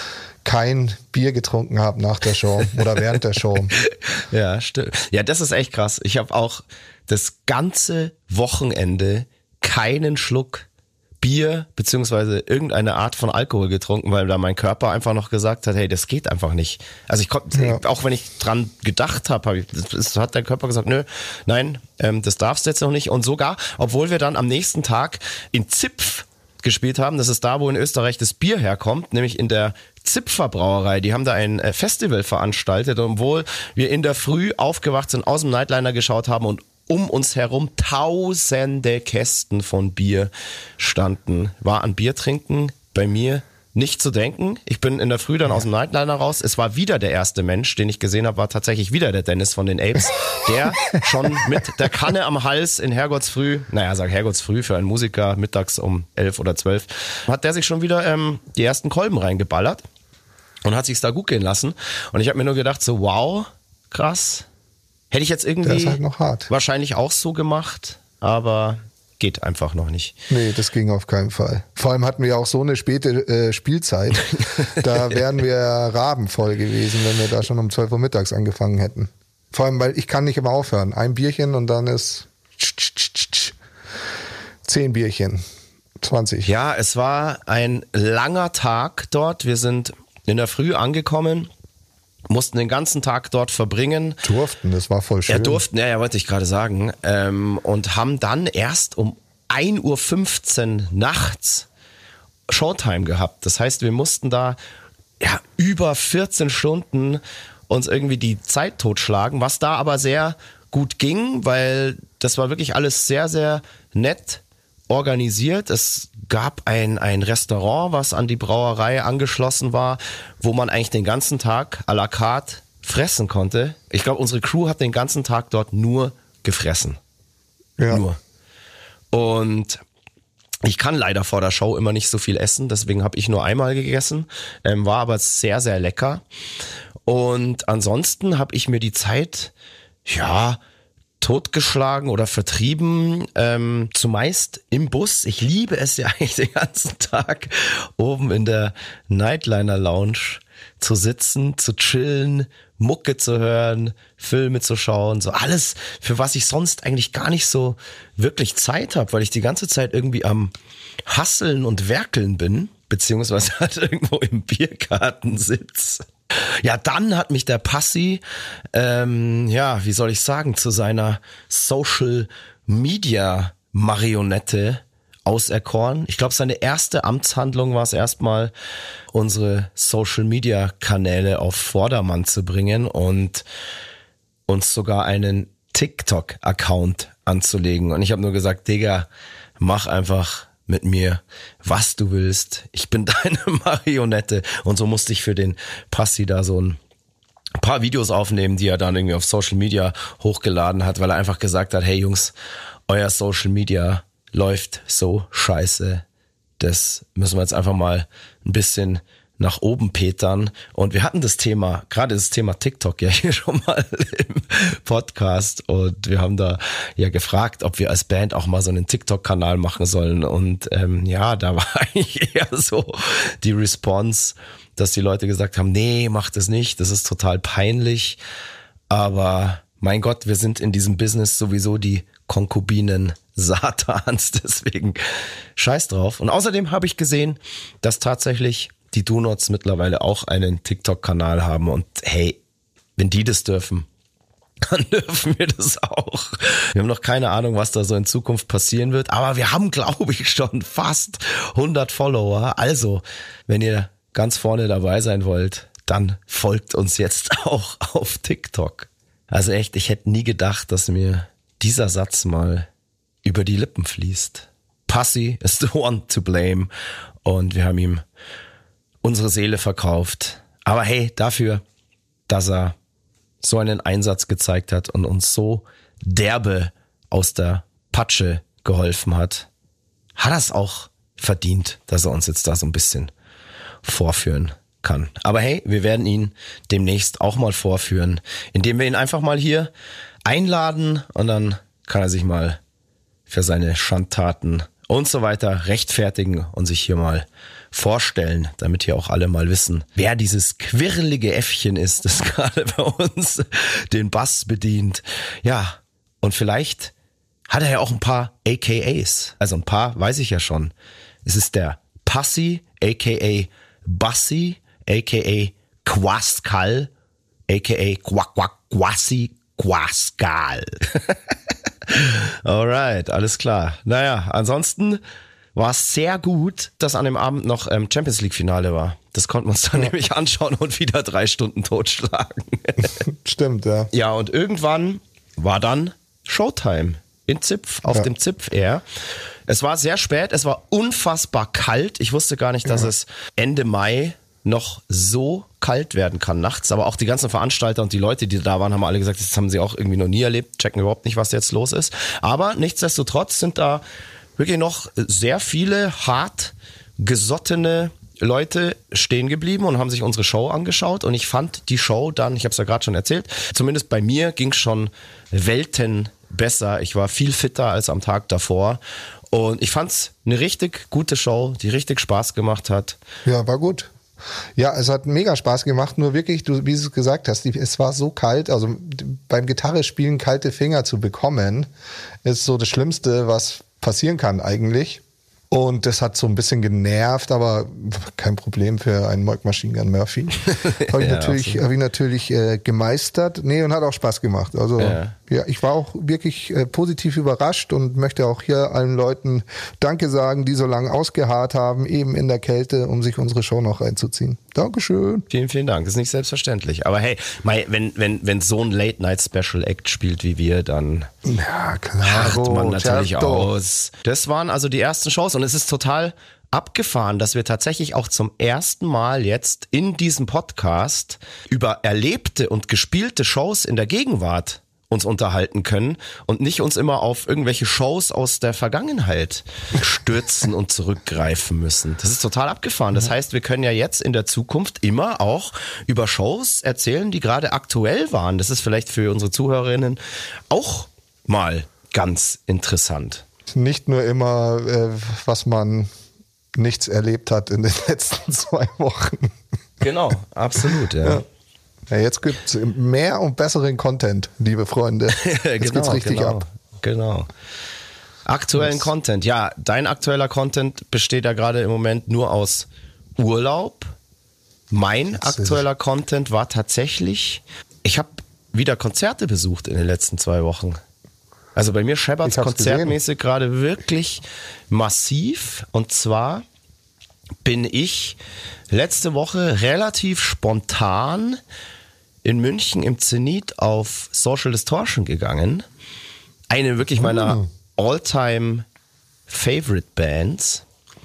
Speaker 3: kein Bier getrunken habe nach der Show oder während der Show.
Speaker 2: Ja, stimmt. Ja, das ist echt krass. Ich habe auch das ganze Wochenende keinen Schluck Bier beziehungsweise irgendeine Art von Alkohol getrunken, weil da mein Körper einfach noch gesagt hat, hey, das geht einfach nicht. Also ich konnte, ja. auch wenn ich dran gedacht habe, hab ich, das hat der Körper gesagt, nö, nein, ähm, das darfst du jetzt noch nicht. Und sogar, obwohl wir dann am nächsten Tag in Zipf gespielt haben, das ist da, wo in Österreich das Bier herkommt, nämlich in der Zipfer Brauerei. Die haben da ein Festival veranstaltet, obwohl wir in der Früh aufgewacht sind, aus dem Nightliner geschaut haben und um uns herum tausende Kästen von Bier standen. War an Bier trinken bei mir nicht zu denken. Ich bin in der Früh dann aus dem Nightliner raus. Es war wieder der erste Mensch, den ich gesehen habe, war tatsächlich wieder der Dennis von den Apes, der schon mit der Kanne am Hals in Herrgottsfrüh, naja, sag Herrgottsfrüh für einen Musiker, mittags um elf oder zwölf, hat der sich schon wieder ähm, die ersten Kolben reingeballert und hat sich's da gut gehen lassen. Und ich habe mir nur gedacht, so wow, krass. Hätte ich jetzt irgendwie
Speaker 3: das ist halt noch hart.
Speaker 2: Wahrscheinlich auch so gemacht, aber geht einfach noch nicht.
Speaker 3: Nee, das ging auf keinen Fall. Vor allem hatten wir ja auch so eine späte äh, Spielzeit, da wären wir rabenvoll gewesen, wenn wir da schon um zwölf Uhr mittags angefangen hätten. Vor allem, weil ich kann nicht immer aufhören. Ein Bierchen und dann ist Zehn Bierchen. zwanzig.
Speaker 2: Ja, es war ein langer Tag dort. Wir sind in der Früh angekommen, mussten den ganzen Tag dort verbringen.
Speaker 3: Durften, das war voll schön.
Speaker 2: Ja, durften, ja, ja, wollte ich gerade sagen. Ähm, und haben dann erst um ein Uhr fünfzehn nachts Showtime gehabt. Das heißt, wir mussten da ja, über vierzehn Stunden uns irgendwie die Zeit totschlagen, was da aber sehr gut ging, weil das war wirklich alles sehr, sehr nett organisiert. Es gab ein, ein Restaurant, was an die Brauerei angeschlossen war, wo man eigentlich den ganzen Tag à la carte fressen konnte. Ich glaube, unsere Crew hat den ganzen Tag dort nur gefressen.
Speaker 3: Ja.
Speaker 2: Nur. Und ich kann leider vor der Show immer nicht so viel essen, deswegen habe ich nur einmal gegessen, ähm, war aber sehr, sehr lecker. Und ansonsten habe ich mir die Zeit, ja, totgeschlagen oder vertrieben, ähm, zumeist im Bus. Ich liebe es ja eigentlich den ganzen Tag, oben in der Nightliner Lounge zu sitzen, zu chillen, Mucke zu hören, Filme zu schauen, so alles, für was ich sonst eigentlich gar nicht so wirklich Zeit habe, weil ich die ganze Zeit irgendwie am Hasseln und Werkeln bin, beziehungsweise halt irgendwo im Biergarten sitze. Ja, dann hat mich der Passi, ähm, ja, wie soll ich sagen, zu seiner Social Media Marionette auserkoren. Ich glaube, seine erste Amtshandlung war es erstmal, unsere Social Media Kanäle auf Vordermann zu bringen und uns sogar einen TikTok-Account anzulegen. Und ich habe nur gesagt, Digga, mach einfach mit mir, was du willst. Ich bin deine Marionette. Und so musste ich für den Passi da so ein paar Videos aufnehmen, die er dann irgendwie auf Social Media hochgeladen hat, weil er einfach gesagt hat, hey Jungs, euer Social Media läuft so scheiße. Das müssen wir jetzt einfach mal ein bisschen nach oben petern. Und wir hatten das Thema, gerade das Thema TikTok ja hier schon mal im Podcast. Und wir haben da ja gefragt, ob wir als Band auch mal so einen TikTok-Kanal machen sollen. Und ähm, ja, da war eigentlich eher so die Response, dass die Leute gesagt haben, nee, mach das nicht, das ist total peinlich. Aber mein Gott, wir sind in diesem Business sowieso die Konkubinen Satans, deswegen scheiß drauf. Und außerdem habe ich gesehen, dass tatsächlich die Do-Nots mittlerweile auch einen TikTok-Kanal haben und hey, wenn die das dürfen, dann dürfen wir das auch. Wir haben noch keine Ahnung, was da so in Zukunft passieren wird, aber wir haben, glaube ich, schon fast hundert Follower. Also, wenn ihr ganz vorne dabei sein wollt, dann folgt uns jetzt auch auf TikTok. Also echt, ich hätte nie gedacht, dass mir dieser Satz mal über die Lippen fließt. Passi is the one to blame und wir haben ihm unsere Seele verkauft. Aber hey, dafür, dass er so einen Einsatz gezeigt hat und uns so derbe aus der Patsche geholfen hat, hat er es auch verdient, dass er uns jetzt da so ein bisschen vorführen kann. Aber hey, wir werden ihn demnächst auch mal vorführen, indem wir ihn einfach mal hier einladen und dann kann er sich mal für seine Schandtaten und so weiter rechtfertigen und sich hier mal vorstellen, damit hier auch alle mal wissen, wer dieses quirlige Äffchen ist, das gerade bei uns den Bass bedient. Ja, und vielleicht hat er ja auch ein paar A K As. Also ein paar weiß ich ja schon. Es ist der Passi, aka Bassi, aka Quaskal, aka Quack Quack Quassi Quaskal. Alright, alles klar. Naja, ansonsten war es sehr gut, dass an dem Abend noch ähm, Champions League Finale war. Das konnten wir uns dann ja. nämlich anschauen und wieder drei Stunden totschlagen.
Speaker 3: Stimmt, ja.
Speaker 2: Ja, und irgendwann war dann Showtime in Zipf, auf ja. dem Zipf Air. Es war sehr spät, es war unfassbar kalt. Ich wusste gar nicht, dass ja. es Ende Mai noch so kalt werden kann nachts, aber auch die ganzen Veranstalter und die Leute, die da waren, haben alle gesagt, das haben sie auch irgendwie noch nie erlebt, checken überhaupt nicht, was jetzt los ist. Aber nichtsdestotrotz sind da wirklich noch sehr viele hart gesottene Leute stehen geblieben und haben sich unsere Show angeschaut und ich fand die Show dann, ich habe es ja gerade schon erzählt, zumindest bei mir ging es schon Welten besser. Ich war viel fitter als am Tag davor und ich fand es eine richtig gute Show, die richtig Spaß gemacht hat.
Speaker 3: Ja, war gut. Ja, es hat mega Spaß gemacht, nur wirklich, du, wie du es gesagt hast, die, es war so kalt, also beim Gitarrespielen kalte Finger zu bekommen, ist so das Schlimmste, was passieren kann eigentlich. Und das hat so ein bisschen genervt, aber kein Problem für einen Moog Machine Gun Murphy. Habe ich,
Speaker 2: ja,
Speaker 3: natürlich, hab ich natürlich äh, gemeistert. Nee, und hat auch Spaß gemacht. Also
Speaker 2: ja,
Speaker 3: ja ich war auch wirklich äh, positiv überrascht und möchte auch hier allen Leuten Danke sagen, die so lange ausgeharrt haben, eben in der Kälte, um sich unsere Show noch reinzuziehen. Dankeschön.
Speaker 2: Vielen, vielen Dank. Das ist nicht selbstverständlich. Aber hey, mei, wenn, wenn, wenn so ein Late-Night-Special-Act spielt wie wir, dann
Speaker 3: ja, klar,
Speaker 2: harrt man natürlich
Speaker 3: certo.
Speaker 2: aus. Das waren also die ersten Shows und es ist total abgefahren, dass wir tatsächlich auch zum ersten Mal jetzt in diesem Podcast über erlebte und gespielte Shows in der Gegenwart uns unterhalten können und nicht uns immer auf irgendwelche Shows aus der Vergangenheit stürzen und zurückgreifen müssen. Das ist total abgefahren. Das heißt, wir können ja jetzt in der Zukunft immer auch über Shows erzählen, die gerade aktuell waren. Das ist vielleicht für unsere Zuhörerinnen auch mal ganz interessant.
Speaker 3: Nicht nur immer, äh, was man nichts erlebt hat in den letzten zwei Wochen.
Speaker 2: Genau, absolut, ja.
Speaker 3: ja. Ja, jetzt gibt's mehr und besseren Content, liebe Freunde. Jetzt
Speaker 2: genau,
Speaker 3: geht's richtig
Speaker 2: genau,
Speaker 3: ab.
Speaker 2: Genau. Aktuellen
Speaker 3: Was?
Speaker 2: Content. Ja, dein aktueller Content besteht ja gerade im Moment nur aus Urlaub. Mein
Speaker 3: Das
Speaker 2: aktueller ist... Content war tatsächlich, ich habe wieder Konzerte besucht in den letzten zwei Wochen. Also bei mir scheppert's konzertmäßig gerade wirklich massiv. Und zwar bin ich letzte Woche relativ spontan in München im Zenit auf Social Distortion gegangen. Eine wirklich meiner all-time favorite Bands.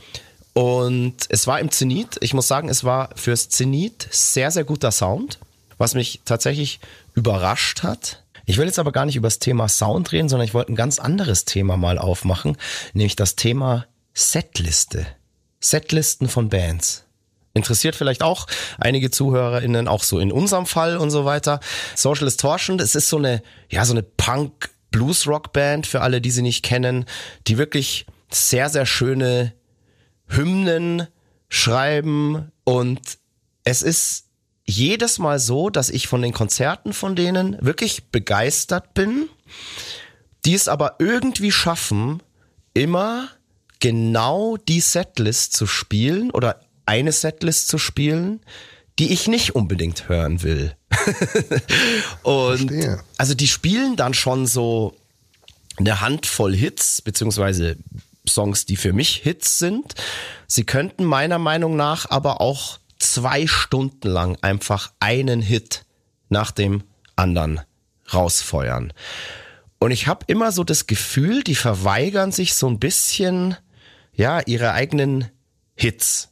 Speaker 2: Und es war im Zenit. Ich muss sagen, es war fürs Zenit sehr, sehr guter Sound, was mich tatsächlich überrascht hat. Ich will jetzt aber gar nicht über das Thema Sound reden, sondern ich wollte ein ganz anderes Thema mal aufmachen, nämlich das Thema Setliste. Setlisten von Bands. Interessiert vielleicht auch einige ZuhörerInnen, auch so in unserem Fall und so weiter. Social Distortion, das ist so eine, ja, so eine Punk-Blues-Rock-Band für alle, die sie nicht kennen, die wirklich sehr, sehr schöne Hymnen schreiben und es ist jedes Mal so, dass ich von den Konzerten von denen wirklich begeistert bin, die es aber irgendwie schaffen, immer genau die Setlist zu spielen oder eine Setlist zu spielen, die ich nicht unbedingt hören will. Und
Speaker 3: Verstehe.
Speaker 2: also die spielen dann schon so eine Handvoll Hits, beziehungsweise Songs, die für mich Hits sind. Sie könnten meiner Meinung nach aber auch zwei Stunden lang einfach einen Hit nach dem anderen rausfeuern. Und ich habe immer so das Gefühl, die verweigern sich so ein bisschen, ja, ihre eigenen Hits.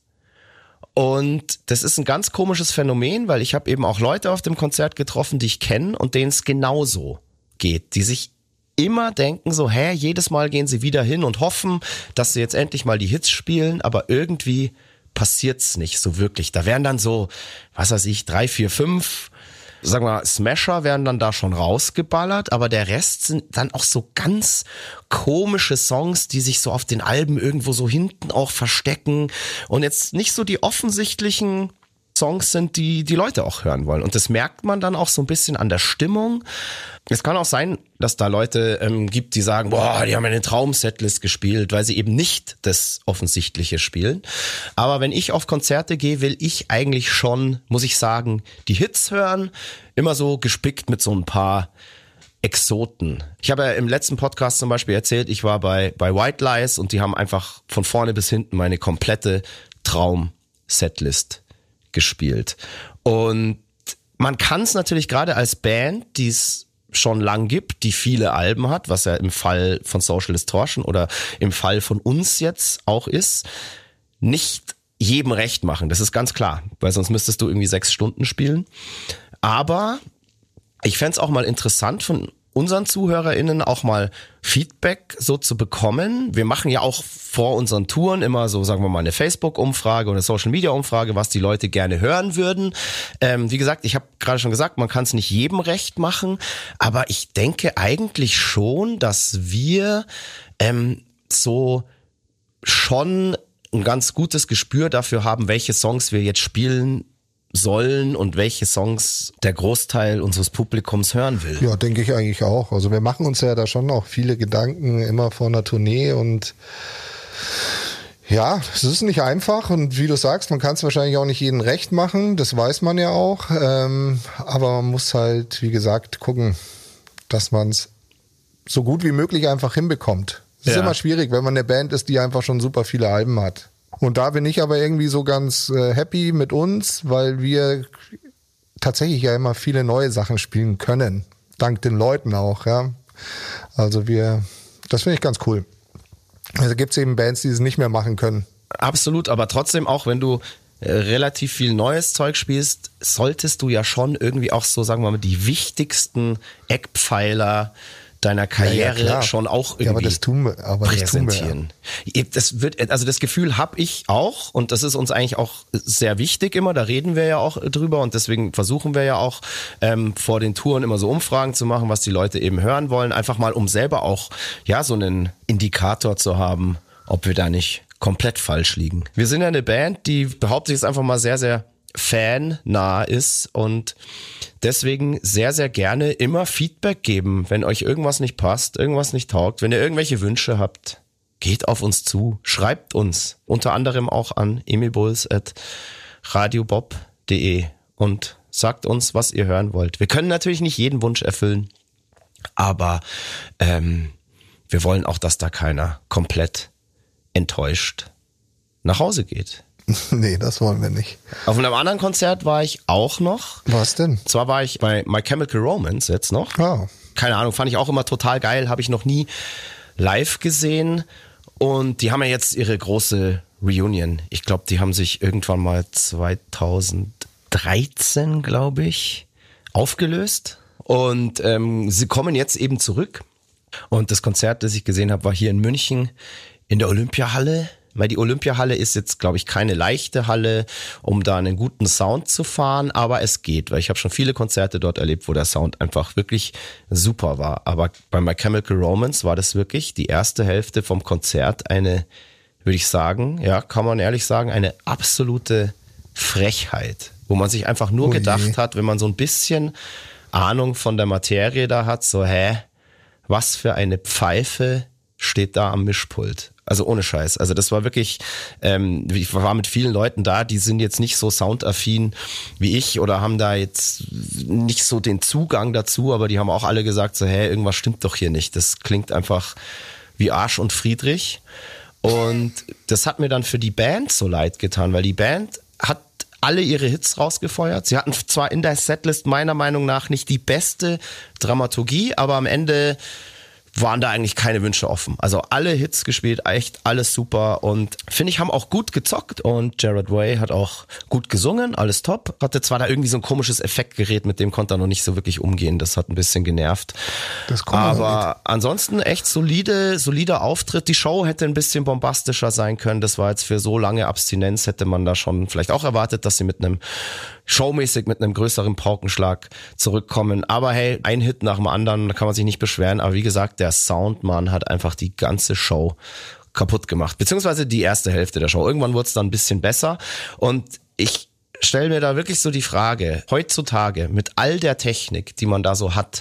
Speaker 2: Und das ist ein ganz komisches Phänomen, weil ich habe eben auch Leute auf dem Konzert getroffen, die ich kenne und denen es genauso geht, die sich immer denken so, hä, jedes Mal gehen sie wieder hin und hoffen, dass sie jetzt endlich mal die Hits spielen, aber irgendwie passiert's nicht so wirklich. Da werden dann so, was weiß ich, drei, vier, fünf, sagen wir mal, Smasher werden dann da schon rausgeballert, aber der Rest sind dann auch so ganz komische Songs, die sich so auf den Alben irgendwo so hinten auch verstecken und jetzt nicht so die offensichtlichen Songs sind, die die Leute auch hören wollen. Und das merkt man dann auch so ein bisschen an der Stimmung. Es kann auch sein, dass da Leute ähm, gibt, die sagen, boah, die haben eine Traum-Setlist gespielt, weil sie eben nicht das Offensichtliche spielen. Aber wenn ich auf Konzerte gehe, will ich eigentlich schon, muss ich sagen, die Hits hören, immer so gespickt mit so ein paar Exoten. Ich habe ja im letzten Podcast zum Beispiel erzählt, ich war bei, bei White Lies und die haben einfach von vorne bis hinten meine komplette Traum-Setlist gespielt. Und man kann es natürlich gerade als Band, die es schon lang gibt, die viele Alben hat, was ja im Fall von Social Distortion oder im Fall von uns jetzt auch ist, nicht jedem recht machen. Das ist ganz klar, weil sonst müsstest du irgendwie sechs Stunden spielen. Aber ich fände es auch mal interessant von unseren ZuhörerInnen auch mal Feedback so zu bekommen. Wir machen ja auch vor unseren Touren immer so, sagen wir mal, eine Facebook-Umfrage oder eine Social-Media-Umfrage, was die Leute gerne hören würden. Ähm, wie gesagt, ich habe gerade schon gesagt, man kann es nicht jedem recht machen, aber ich denke eigentlich schon, dass wir ähm, so schon ein ganz gutes Gespür dafür haben, welche Songs wir jetzt spielen sollen und welche Songs der Großteil unseres Publikums hören will.
Speaker 3: Ja, denke ich eigentlich auch. Also wir machen uns ja da schon auch viele Gedanken immer vor einer Tournee und ja, es ist nicht einfach und wie du sagst, man kann es wahrscheinlich auch nicht jedem recht machen, das weiß man ja auch, ähm, aber man muss halt, wie gesagt, gucken, dass man es so gut wie möglich einfach hinbekommt. Es ist
Speaker 2: Ja.
Speaker 3: immer schwierig, wenn man eine Band ist, die einfach schon super viele Alben hat. Und da bin ich aber irgendwie so ganz äh, happy mit uns, weil wir tatsächlich ja immer viele neue Sachen spielen können, dank den Leuten auch, ja. Also wir, das finde ich ganz cool. Also gibt es eben Bands, die es nicht mehr machen können.
Speaker 2: Absolut, aber trotzdem auch, wenn du äh, relativ viel neues Zeug spielst, solltest du ja schon irgendwie auch so, sagen wir mal, die wichtigsten Eckpfeiler deiner Karriere
Speaker 3: klar.
Speaker 2: schon auch irgendwie
Speaker 3: Ja, aber das tun wir, aber das tun wir, ja.
Speaker 2: präsentieren. Das wird, also das Gefühl habe ich auch und das ist uns eigentlich auch sehr wichtig immer, da reden wir ja auch drüber und deswegen versuchen wir ja auch ähm, vor den Touren immer so Umfragen zu machen, was die Leute eben hören wollen, einfach mal um selber auch ja so einen Indikator zu haben, ob wir da nicht komplett falsch liegen. Wir sind ja eine Band, die behaupte ich jetzt einfach mal sehr, sehr fannah ist und deswegen sehr, sehr gerne immer Feedback geben, wenn euch irgendwas nicht passt, irgendwas nicht taugt, wenn ihr irgendwelche Wünsche habt, geht auf uns zu, schreibt uns, unter anderem auch an emilbulls at radiobob punkt de und sagt uns, was ihr hören wollt. Wir können natürlich nicht jeden Wunsch erfüllen, aber ähm, wir wollen auch, dass da keiner komplett enttäuscht nach Hause geht.
Speaker 3: Nee, das wollen wir nicht.
Speaker 2: Auf einem anderen Konzert war ich auch noch.
Speaker 3: Was denn?
Speaker 2: Zwar war ich bei My Chemical Romance jetzt noch.
Speaker 3: Ah.
Speaker 2: Keine Ahnung, fand ich auch immer total geil, habe ich noch nie live gesehen. Und die haben ja jetzt ihre große Reunion. Ich glaube, die haben sich irgendwann mal zweitausenddreizehn, glaube ich, aufgelöst. Und ähm, sie kommen jetzt eben zurück. Und das Konzert, das ich gesehen habe, war hier in München in der Olympiahalle. Weil die Olympiahalle ist jetzt, glaube ich, keine leichte Halle, um da einen guten Sound zu fahren, aber es geht, weil ich habe schon viele Konzerte dort erlebt, wo der Sound einfach wirklich super war. Aber bei My Chemical Romance war das wirklich die erste Hälfte vom Konzert eine, würde ich sagen, ja, kann man ehrlich sagen, eine absolute Frechheit, wo man sich einfach nur
Speaker 3: Ui.
Speaker 2: gedacht hat, wenn man so ein bisschen Ahnung von der Materie da hat, so, hä, was für eine Pfeife steht da am Mischpult. Also ohne Scheiß. Also das war wirklich, ähm, ich war mit vielen Leuten da, die sind jetzt nicht so soundaffin wie ich oder haben da jetzt nicht so den Zugang dazu, aber die haben auch alle gesagt so, hey, irgendwas stimmt doch hier nicht. Das klingt einfach wie Arsch und Friedrich. Und das hat mir dann für die Band so leid getan, weil die Band hat alle ihre Hits rausgefeuert. Sie hatten zwar in der Setlist meiner Meinung nach nicht die beste Dramaturgie, aber am Ende waren da eigentlich keine Wünsche offen. Also alle Hits gespielt, echt alles super und finde ich, haben auch gut gezockt und Gerard Way hat auch gut gesungen, alles top. Hatte zwar da irgendwie so ein komisches Effektgerät, mit dem konnte er noch nicht so wirklich umgehen, das hat ein bisschen genervt.
Speaker 3: Das kommt
Speaker 2: aber ansonsten echt solide, solider Auftritt. Die Show hätte ein bisschen bombastischer sein können, das war jetzt für so lange Abstinenz, hätte man da schon vielleicht auch erwartet, dass sie mit einem showmäßig mit einem größeren Paukenschlag zurückkommen. Aber hey, ein Hit nach dem anderen, da kann man sich nicht beschweren. Aber wie gesagt, der Soundmann hat einfach die ganze Show kaputt gemacht. Beziehungsweise die erste Hälfte der Show. Irgendwann wurde es dann ein bisschen besser. Und ich stelle mir da wirklich so die Frage, heutzutage mit all der Technik, die man da so hat,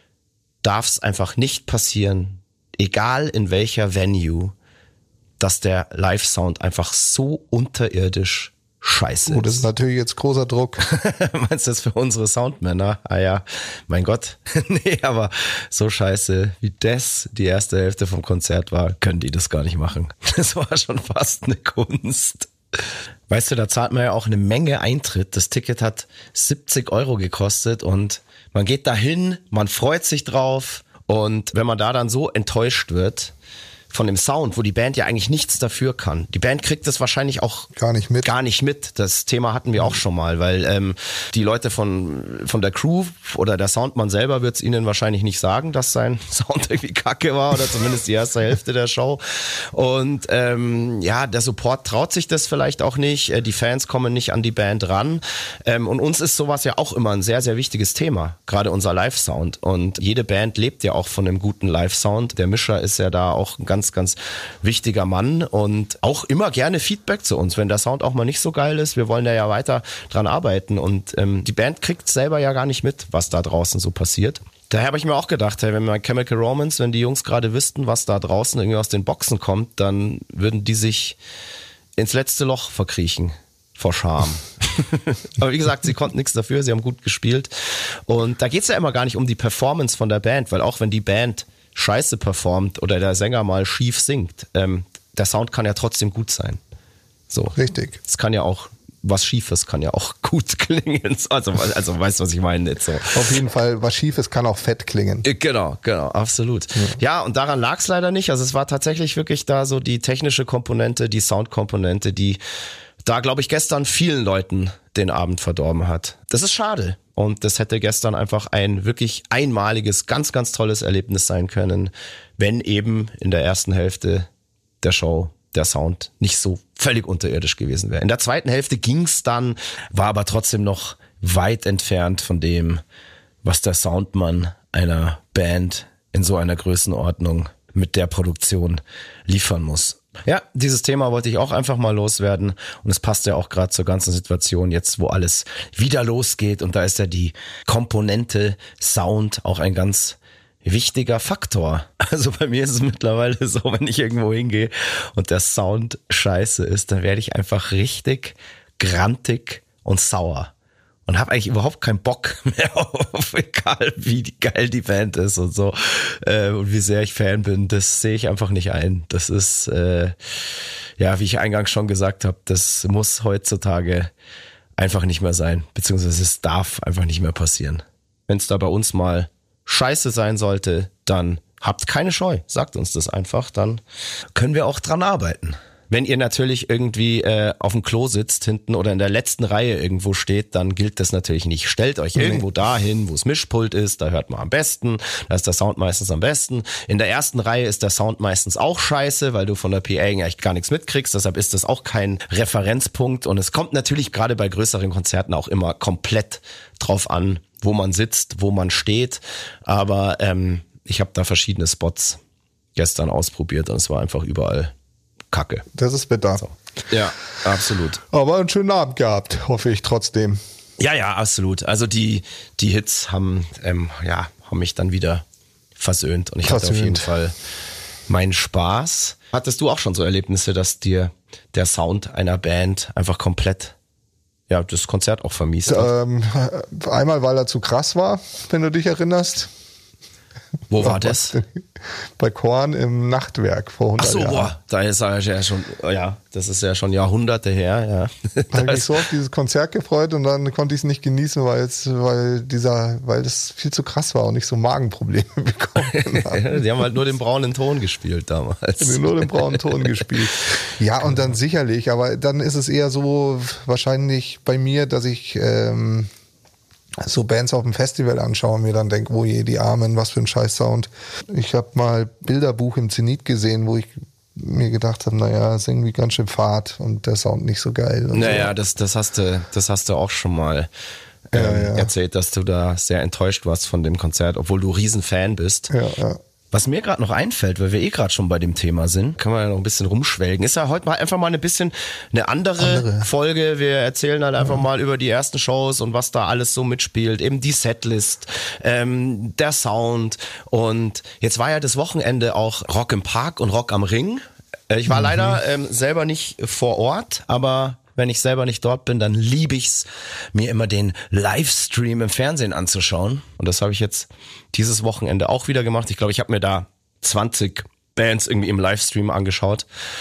Speaker 2: darf es einfach nicht passieren, egal in welcher Venue, dass der Live-Sound einfach so unterirdisch scheiße ist.
Speaker 3: Oh, das ist natürlich jetzt großer Druck.
Speaker 2: Meinst du das für unsere Soundmänner? Ah ja, mein Gott. Nee, aber so scheiße, wie das die erste Hälfte vom Konzert war, können die das gar nicht machen. Das war schon fast eine Kunst. Weißt du, da zahlt man ja auch eine Menge Eintritt. Das Ticket hat siebzig Euro gekostet und man geht da hin, man freut sich drauf und wenn man da dann so enttäuscht wird von dem Sound, wo die Band ja eigentlich nichts dafür kann. Die Band kriegt das wahrscheinlich auch
Speaker 3: gar nicht mit.
Speaker 2: Gar nicht mit. Das Thema hatten wir auch schon mal, weil ähm, die Leute von von der Crew oder der Soundmann selber wird es ihnen wahrscheinlich nicht sagen, dass sein Sound irgendwie kacke war oder zumindest die erste Hälfte der Show. Und ähm, ja, der Support traut sich das vielleicht auch nicht. Die Fans kommen nicht an die Band ran. Ähm, und uns ist sowas ja auch immer ein sehr, sehr wichtiges Thema. Gerade unser Live-Sound. Und jede Band lebt ja auch von einem guten Live-Sound. Der Mischer ist ja da auch ein ganz ganz, ganz wichtiger Mann und auch immer gerne Feedback zu uns, wenn der Sound auch mal nicht so geil ist. Wir wollen da ja weiter dran arbeiten und ähm, die Band kriegt selber ja gar nicht mit, was da draußen so passiert. Daher habe ich mir auch gedacht, hey, wenn bei Chemical Romance, wenn die Jungs gerade wüssten, was da draußen irgendwie aus den Boxen kommt, dann würden die sich ins letzte Loch verkriechen vor Scham. Aber wie gesagt, sie konnten nichts dafür, sie haben gut gespielt. Und da geht's ja immer gar nicht um die Performance von der Band, weil auch wenn die Band scheiße performt oder der Sänger mal schief singt, ähm, der Sound kann ja trotzdem gut sein. So.
Speaker 3: Richtig.
Speaker 2: Es kann ja auch was Schiefes kann ja auch gut klingen. Also, also weißt du, was ich meine? Jetzt so.
Speaker 3: Auf jeden Fall, was Schiefes kann auch fett klingen.
Speaker 2: Genau, genau, absolut. Ja, ja und daran lag es leider nicht. Also es war tatsächlich wirklich da so die technische Komponente, die Soundkomponente, die da, glaube ich, gestern vielen Leuten den Abend verdorben hat. Das ist schade. Und das hätte gestern einfach ein wirklich einmaliges, ganz, ganz tolles Erlebnis sein können, wenn eben in der ersten Hälfte der Show der Sound nicht so völlig unterirdisch gewesen wäre. In der zweiten Hälfte ging's dann, war aber trotzdem noch weit entfernt von dem, was der Soundmann einer Band in so einer Größenordnung mit der Produktion liefern muss. Ja, dieses Thema wollte ich auch einfach mal loswerden und es passt ja auch gerade zur ganzen Situation jetzt, wo alles wieder losgeht und da ist ja die Komponente Sound auch ein ganz wichtiger Faktor. Also bei mir ist es mittlerweile so, wenn ich irgendwo hingehe und der Sound scheiße ist, dann werde ich einfach richtig grantig und sauer und habe eigentlich überhaupt keinen Bock mehr auf, egal wie geil die Band ist und so äh, und wie sehr ich Fan bin, das sehe ich einfach nicht ein. Das ist, äh, ja, wie ich eingangs schon gesagt habe, das muss heutzutage einfach nicht mehr sein, beziehungsweise es darf einfach nicht mehr passieren. Wenn es da bei uns mal scheiße sein sollte, dann habt keine Scheu, sagt uns das einfach, dann können wir auch dran arbeiten. Wenn ihr natürlich irgendwie äh, auf dem Klo sitzt hinten oder in der letzten Reihe irgendwo steht, dann gilt das natürlich nicht. Stellt euch irgendwo dahin, wo das Mischpult ist, da hört man am besten, da ist der Sound meistens am besten. In der ersten Reihe ist der Sound meistens auch scheiße, weil du von der P A eigentlich gar nichts mitkriegst, deshalb ist das auch kein Referenzpunkt und es kommt natürlich gerade bei größeren Konzerten auch immer komplett drauf an, wo man sitzt, wo man steht, aber ähm, ich habe da verschiedene Spots gestern ausprobiert und es war einfach überall Kacke.
Speaker 3: Das ist bitter.
Speaker 2: So. Ja, absolut.
Speaker 3: Aber einen schönen Abend gehabt, hoffe ich trotzdem.
Speaker 2: Ja, ja, absolut. Also die die Hits haben ähm, ja haben mich dann wieder versöhnt und ich versöhnt. hatte auf jeden Fall meinen Spaß. Hattest du auch schon so Erlebnisse, dass dir der Sound einer Band einfach komplett ja das Konzert auch vermiest hat?
Speaker 3: Ähm, einmal, weil er zu krass war, wenn du dich erinnerst.
Speaker 2: Wo war das?
Speaker 3: Bei Korn im Nachtwerk vor hundert
Speaker 2: Ach so,
Speaker 3: Jahren.
Speaker 2: Boah, da ist er ja schon, ja, das ist ja schon Jahrhunderte her, ja.
Speaker 3: Da habe ich mich so auf dieses Konzert gefreut und dann konnte ich es nicht genießen, weil es, weil dieser, weil das viel zu krass war und ich so Magenprobleme bekommen habe.
Speaker 2: Die haben halt nur den braunen Ton gespielt damals.
Speaker 3: Die haben nur den braunen Ton gespielt. Ja, und dann sicherlich, aber dann ist es eher so wahrscheinlich bei mir, dass ich ähm, so Bands auf dem Festival anschaue und mir dann denke, wo je, die Armen, was für ein Scheiß-Sound. Ich habe mal Bilderbuch im Zenit gesehen, wo ich mir gedacht habe, naja, ist irgendwie ganz schön fad und der Sound nicht so geil. Und
Speaker 2: naja,
Speaker 3: so.
Speaker 2: das, das, hast du, das hast du auch schon mal ähm,
Speaker 3: ja, ja.
Speaker 2: erzählt, dass du da sehr enttäuscht warst von dem Konzert, obwohl du Riesenfan bist.
Speaker 3: Ja, ja.
Speaker 2: Was mir gerade noch einfällt, weil wir eh gerade schon bei dem Thema sind, können wir ja noch ein bisschen rumschwelgen, ist ja heute mal einfach mal ein bisschen eine andere, andere. Folge. Wir erzählen halt einfach ja. mal über die ersten Shows und was da alles so mitspielt, eben die Setlist, ähm, der Sound und jetzt war ja das Wochenende auch Rock im Park und Rock am Ring. Äh, ich war mhm. leider ähm, selber nicht vor Ort, aber wenn ich selber nicht dort bin, dann liebe ich's, mir immer den Livestream im Fernsehen anzuschauen. Und das habe ich jetzt dieses Wochenende auch wieder gemacht. Ich glaube, ich habe mir da zwanzig Bands irgendwie im Livestream angeschaut.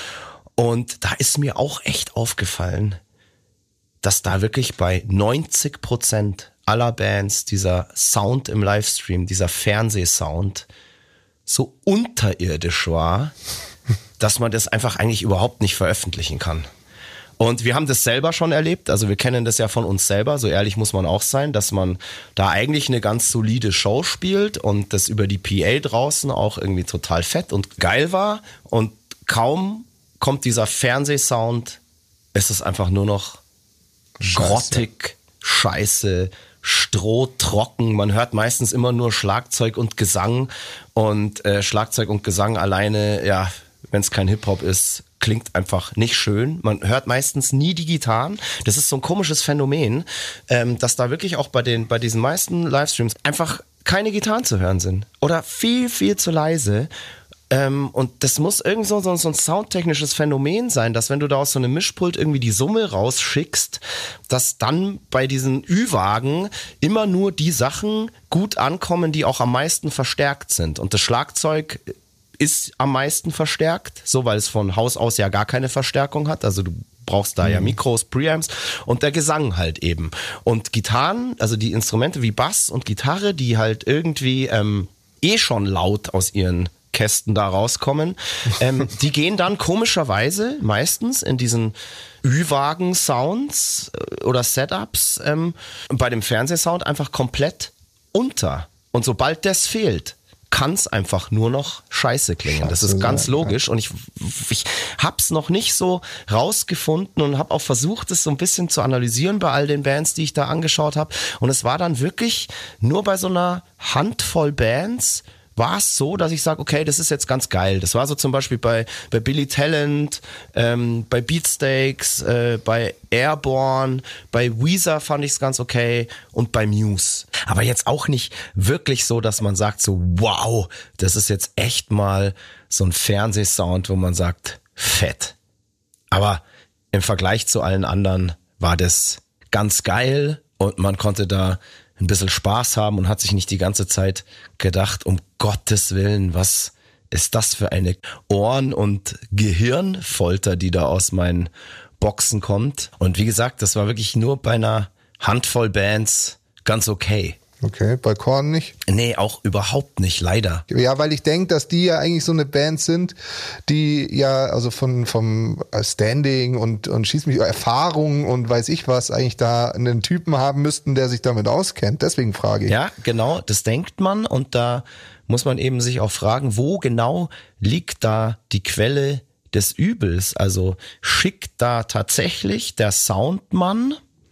Speaker 2: Und da ist mir auch echt aufgefallen, dass da wirklich bei neunzig Prozent aller Bands dieser Sound im Livestream, dieser Fernsehsound so unterirdisch war, dass man das einfach eigentlich überhaupt nicht veröffentlichen kann. Und wir haben das selber schon erlebt, also wir kennen das ja von uns selber, so ehrlich muss man auch sein, dass man da eigentlich eine ganz solide Show spielt und das über die P A draußen auch irgendwie total fett und geil war und kaum kommt dieser Fernsehsound, ist es einfach nur noch Scheiße. grottig, scheiße, strohtrocken, man hört meistens immer nur Schlagzeug und Gesang und äh, Schlagzeug und Gesang alleine, ja, wenn es kein Hip-Hop ist, klingt einfach nicht schön. Man hört meistens nie die Gitarren. Das ist so ein komisches Phänomen, ähm, dass da wirklich auch bei den bei diesen meisten Livestreams einfach keine Gitarren zu hören sind. Oder viel, viel zu leise. Ähm, und das muss irgend so, so, so ein soundtechnisches Phänomen sein, dass wenn du da aus so einem Mischpult irgendwie die Summe rausschickst, dass dann bei diesen Ü-Wagen immer nur die Sachen gut ankommen, die auch am meisten verstärkt sind. Und das Schlagzeug ist am meisten verstärkt, so weil es von Haus aus ja gar keine Verstärkung hat. Also du brauchst da ja Mikros, Preamps und der Gesang halt eben. Und Gitarren, also die Instrumente wie Bass und Gitarre, die halt irgendwie ähm, eh schon laut aus ihren Kästen da rauskommen, ähm, die gehen dann komischerweise meistens in diesen Ü-Wagen-Sounds oder Setups ähm, bei dem Fernsehsound einfach komplett unter. Und sobald das fehlt, kann es einfach nur noch scheiße klingen. Scheiße, das ist ganz logisch. Und ich, ich hab's noch nicht so rausgefunden und habe auch versucht, es so ein bisschen zu analysieren bei all den Bands, die ich da angeschaut habe. Und es war dann wirklich nur bei so einer Handvoll Bands war es so, dass ich sage, okay, das ist jetzt ganz geil. Das war so zum Beispiel bei, bei Billy Talent, ähm, bei Beatsteaks, äh, bei Airborne, bei Weezer fand ich es ganz okay und bei Muse. Aber jetzt auch nicht wirklich so, dass man sagt so, wow, das ist jetzt echt mal so ein Fernsehsound, wo man sagt, fett. Aber im Vergleich zu allen anderen war das ganz geil und man konnte da ein bisschen Spaß haben und hat sich nicht die ganze Zeit gedacht, um Gottes Willen, was ist das für eine Ohren- und Gehirnfolter, die da aus meinen Boxen kommt. Und wie gesagt, das war wirklich nur bei einer Handvoll Bands ganz okay.
Speaker 3: Okay, bei Korn nicht?
Speaker 2: Nee, auch überhaupt nicht, leider.
Speaker 3: Ja, weil ich denke, dass die ja eigentlich so eine Band sind, die ja also von vom Standing und und schieß mich Erfahrung und weiß ich was eigentlich da einen Typen haben müssten, der sich damit auskennt. Deswegen frage ich.
Speaker 2: Ja, genau, das denkt man und da muss man eben sich auch fragen, wo genau liegt da die Quelle des Übels? Also schickt da tatsächlich der Soundmann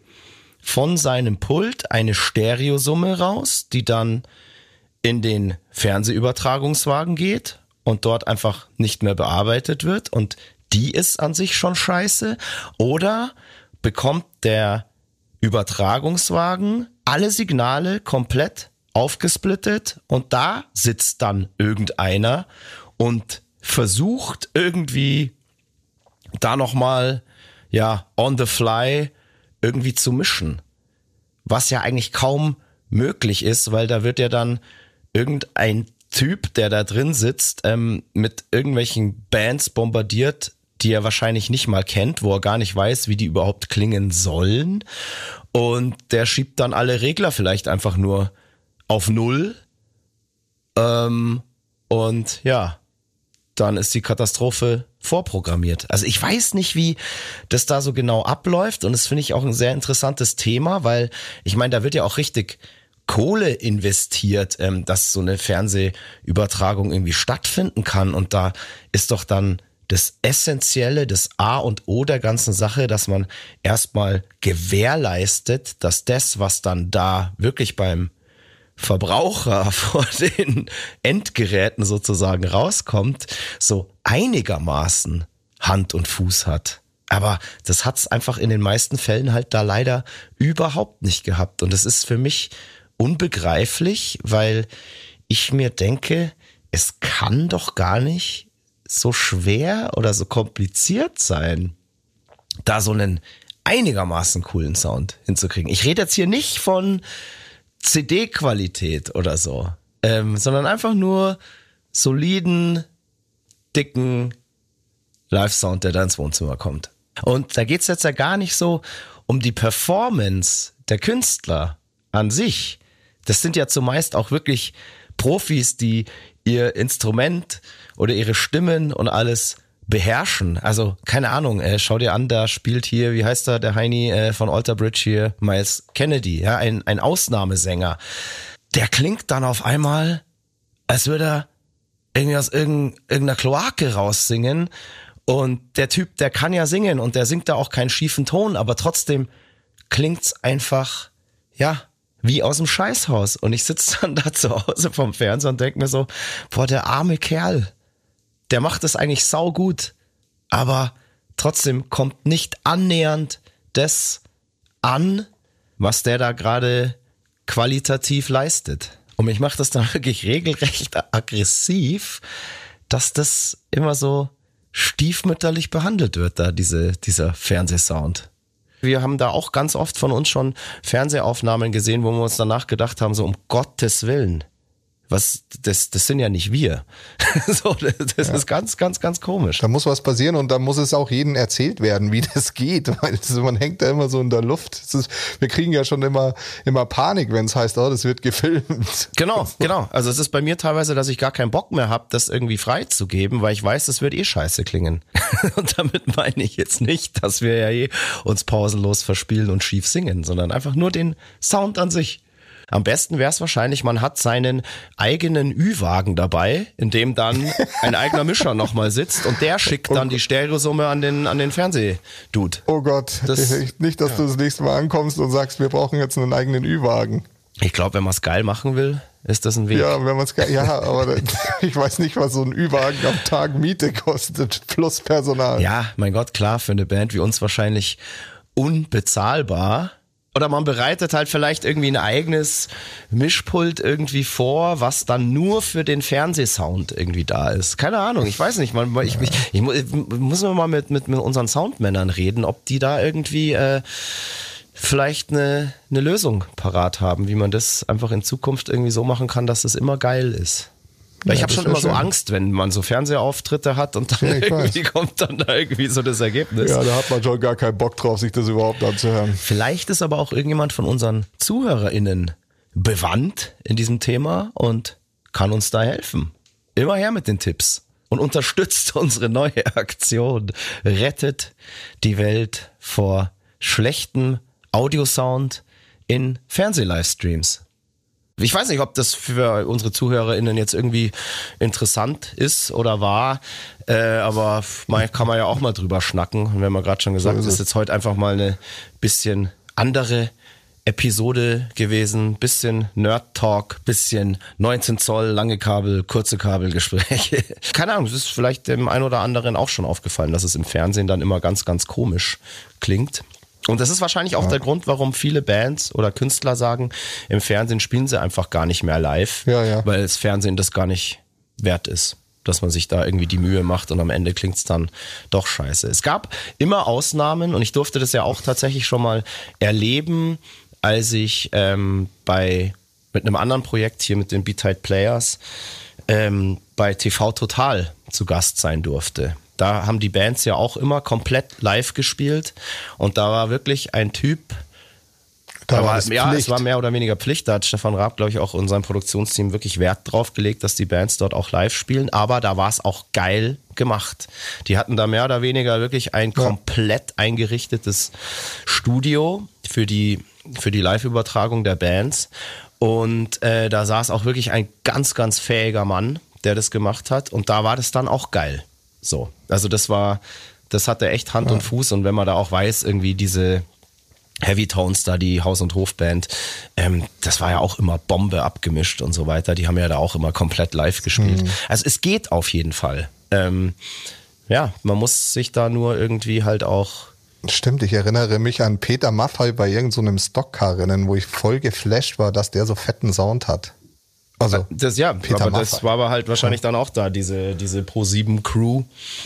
Speaker 2: von seinem Pult eine Stereosumme raus, die dann in den Fernsehübertragungswagen geht und dort einfach nicht mehr bearbeitet wird und die ist an sich schon scheiße? Oder bekommt der Übertragungswagen alle Signale komplett aufgesplittet und da sitzt dann irgendeiner und versucht irgendwie da nochmal, ja, on the fly irgendwie zu mischen, was ja eigentlich kaum möglich ist, weil da wird ja dann irgendein Typ, der da drin sitzt, ähm, mit irgendwelchen Bands bombardiert, die er wahrscheinlich nicht mal kennt, wo er gar nicht weiß, wie die überhaupt klingen sollen und der schiebt dann alle Regler vielleicht einfach nur auf Null ähm, und ja, dann ist die Katastrophe vorprogrammiert. Also ich weiß nicht, wie das da so genau abläuft und das finde ich auch ein sehr interessantes Thema, weil ich meine, da wird ja auch richtig Kohle investiert, ähm, dass so eine Fernsehübertragung irgendwie stattfinden kann und da ist doch dann das Essentielle, das A und O der ganzen Sache, dass man erstmal gewährleistet, dass das, was dann da wirklich beim Verbraucher vor den Endgeräten sozusagen rauskommt, so einigermaßen Hand und Fuß hat. Aber das hat's einfach in den meisten Fällen halt da leider überhaupt nicht gehabt. Und das ist für mich unbegreiflich, weil ich mir denke, es kann doch gar nicht so schwer oder so kompliziert sein, da so einen einigermaßen coolen Sound hinzukriegen. Ich rede jetzt hier nicht von C D-Qualität oder so, ähm, sondern einfach nur soliden, dicken Live-Sound, der da ins Wohnzimmer kommt. Und da geht's jetzt ja gar nicht so um die Performance der Künstler an sich. Das sind ja zumeist auch wirklich Profis, die ihr Instrument oder ihre Stimmen und alles beherrschen. Also, keine Ahnung, äh, schau dir an, da spielt hier, wie heißt er, der Heini äh, von Alter Bridge hier, Miles Kennedy, ja, ein, ein Ausnahmesänger. Der klingt dann auf einmal, als würde er irgendwie aus irgend, irgendeiner Kloake raussingen und der Typ, der kann ja singen und der singt da auch keinen schiefen Ton, aber trotzdem klingt's einfach, ja, wie aus dem Scheißhaus und ich sitze dann da zu Hause vom Fernseher und denke mir so, boah, der arme Kerl, der macht es eigentlich saugut, aber trotzdem kommt nicht annähernd das an, was der da gerade qualitativ leistet. Und mich macht das dann wirklich regelrecht aggressiv, dass das immer so stiefmütterlich behandelt wird, da diese, dieser Fernsehsound. Wir haben da auch ganz oft von uns schon Fernsehaufnahmen gesehen, wo wir uns danach gedacht haben, so um Gottes Willen, was, das, das sind ja nicht wir. so, das das ja. ist ganz, ganz, ganz komisch.
Speaker 3: Da muss was passieren und da muss es auch jedem erzählt werden, wie das geht, weil das, man hängt da immer so in der Luft. Das ist, wir kriegen ja schon immer, immer Panik, wenn es heißt, oh, das wird gefilmt.
Speaker 2: Genau, genau. Also es ist bei mir teilweise, dass ich gar keinen Bock mehr habe, das irgendwie freizugeben, weil ich weiß, das wird eh scheiße klingen. Und damit meine ich jetzt nicht, dass wir ja eh uns pausenlos verspielen und schief singen, sondern einfach nur den Sound an sich. Am besten wäre es wahrscheinlich, man hat seinen eigenen Ü-Wagen dabei, in dem dann ein eigener Mischer nochmal sitzt und der schickt dann die Stereosumme an den, an den Fernsehdude.
Speaker 3: Oh Gott,
Speaker 2: das,
Speaker 3: ich, nicht, dass ja. du das nächste Mal ankommst und sagst, wir brauchen jetzt einen eigenen Ü-Wagen.
Speaker 2: Ich glaube, wenn man es geil machen will, ist das ein Weg.
Speaker 3: Ja, wenn man es geil, ja, aber ich weiß nicht, was so ein Ü-Wagen am Tag Miete kostet, plus Personal.
Speaker 2: Ja, mein Gott, klar, für eine Band wie uns wahrscheinlich unbezahlbar. Oder man bereitet halt vielleicht irgendwie ein eigenes Mischpult irgendwie vor, was dann nur für den Fernsehsound irgendwie da ist. Keine Ahnung, ich weiß nicht. Man, ich, ich, ich, ich muss mal mit, mit, mit unseren Soundmännern reden, ob die da irgendwie äh, vielleicht eine, eine Lösung parat haben, wie man das einfach in Zukunft irgendwie so machen kann, dass es immer geil ist. Weil ja, ich habe schon immer schön. so Angst, wenn man so Fernsehauftritte hat und dann ja, irgendwie weiß. kommt dann da irgendwie so das Ergebnis.
Speaker 3: Ja, da hat man schon gar keinen Bock drauf, sich das überhaupt anzuhören.
Speaker 2: Vielleicht ist aber auch irgendjemand von unseren ZuhörerInnen bewandt in diesem Thema und kann uns da helfen. Immer her mit den Tipps und unterstützt unsere neue Aktion. Rettet die Welt vor schlechtem Audiosound in Fernseh-Livestreams. Ich weiß nicht, ob das für unsere ZuhörerInnen jetzt irgendwie interessant ist oder war, äh, aber man kann man ja auch mal drüber schnacken. Und wir haben ja gerade schon gesagt, so ist das ist jetzt heute einfach mal eine bisschen andere Episode gewesen. Bisschen Nerd-Talk, bisschen neunzehn Zoll, lange Kabel, kurze Kabelgespräche. Keine Ahnung, es ist vielleicht dem einen oder anderen auch schon aufgefallen, dass es im Fernsehen dann immer ganz, ganz komisch klingt. Und das ist wahrscheinlich auch ja. der Grund, warum viele Bands oder Künstler sagen, im Fernsehen spielen sie einfach gar nicht mehr live,
Speaker 3: ja, ja.
Speaker 2: weil das Fernsehen das gar nicht wert ist, dass man sich da irgendwie die Mühe macht und am Ende klingt es dann doch scheiße. Es gab immer Ausnahmen und ich durfte das ja auch tatsächlich schon mal erleben, als ich ähm, bei mit einem anderen Projekt hier mit den Beat-Tight Players ähm, bei T V Total zu Gast sein durfte. Da haben die Bands ja auch immer komplett live gespielt und da war wirklich ein Typ,
Speaker 3: da
Speaker 2: war,
Speaker 3: war es
Speaker 2: ja,
Speaker 3: Pflicht.
Speaker 2: es war mehr oder weniger Pflicht, da hat Stefan Raab, glaube ich, auch in seinem Produktionsteam wirklich Wert drauf gelegt, dass die Bands dort auch live spielen, aber da war es auch geil gemacht. Die hatten da mehr oder weniger wirklich ein ja. komplett eingerichtetes Studio für die, für die Live-Übertragung der Bands und äh, da saß auch wirklich ein ganz, ganz fähiger Mann, der das gemacht hat und da war das dann auch geil. So, also das war, das hatte echt Hand ja. und Fuß und wenn man da auch weiß, irgendwie diese Heavy Tones da, die Haus- und Hofband, ähm, das war ja auch immer Bombe abgemischt und so weiter, die haben ja da auch immer komplett live gespielt. Mhm. Also es geht auf jeden Fall. Ähm, ja, man muss sich da nur irgendwie halt auch...
Speaker 3: Stimmt, ich erinnere mich an Peter Maffay bei irgendeinem so Stockcar-Rennen, wo ich voll geflasht war, dass der so fetten Sound hat. Also,
Speaker 2: das, ja,
Speaker 3: Peter
Speaker 2: aber
Speaker 3: Maffay.
Speaker 2: das war aber halt wahrscheinlich dann auch da, diese, diese Pro sieben Crew.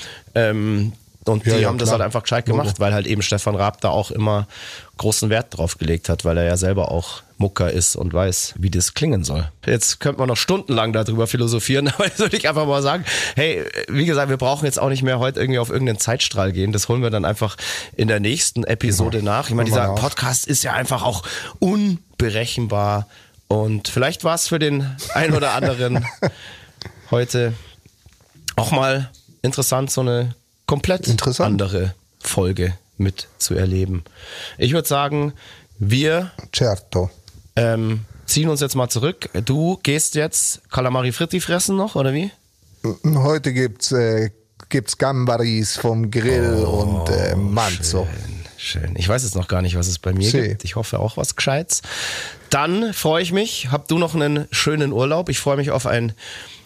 Speaker 2: Ähm, und
Speaker 3: ja,
Speaker 2: die
Speaker 3: ja,
Speaker 2: haben
Speaker 3: klar.
Speaker 2: das halt einfach gescheit gemacht,
Speaker 3: Logo.
Speaker 2: weil halt eben Stefan Raab da auch immer großen Wert drauf gelegt hat, weil er ja selber auch Mucker ist und weiß, wie das klingen soll. Jetzt könnte man noch stundenlang darüber philosophieren, aber jetzt würde ich einfach mal sagen, hey, wie gesagt, wir brauchen jetzt auch nicht mehr heute irgendwie auf irgendeinen Zeitstrahl gehen, das holen wir dann einfach in der nächsten Episode ja, nach. Ich meine, dieser Podcast ist ja einfach auch unberechenbar. Und vielleicht war es für den einen oder anderen heute auch mal interessant, so eine komplett andere Folge mitzuerleben. Ich würde sagen, wir
Speaker 3: Certo.
Speaker 2: Ähm, ziehen uns jetzt mal zurück. Du gehst jetzt Calamari Fritti fressen noch, oder wie?
Speaker 3: Heute gibt's, äh, gibt's Gambaris vom Grill oh, und äh, Manzo.
Speaker 2: Schön. Schön. Ich weiß jetzt noch gar nicht, was es bei mir See. gibt. Ich hoffe auch was Gescheites. Dann freue ich mich. Hab du noch einen schönen Urlaub. Ich freue mich auf ein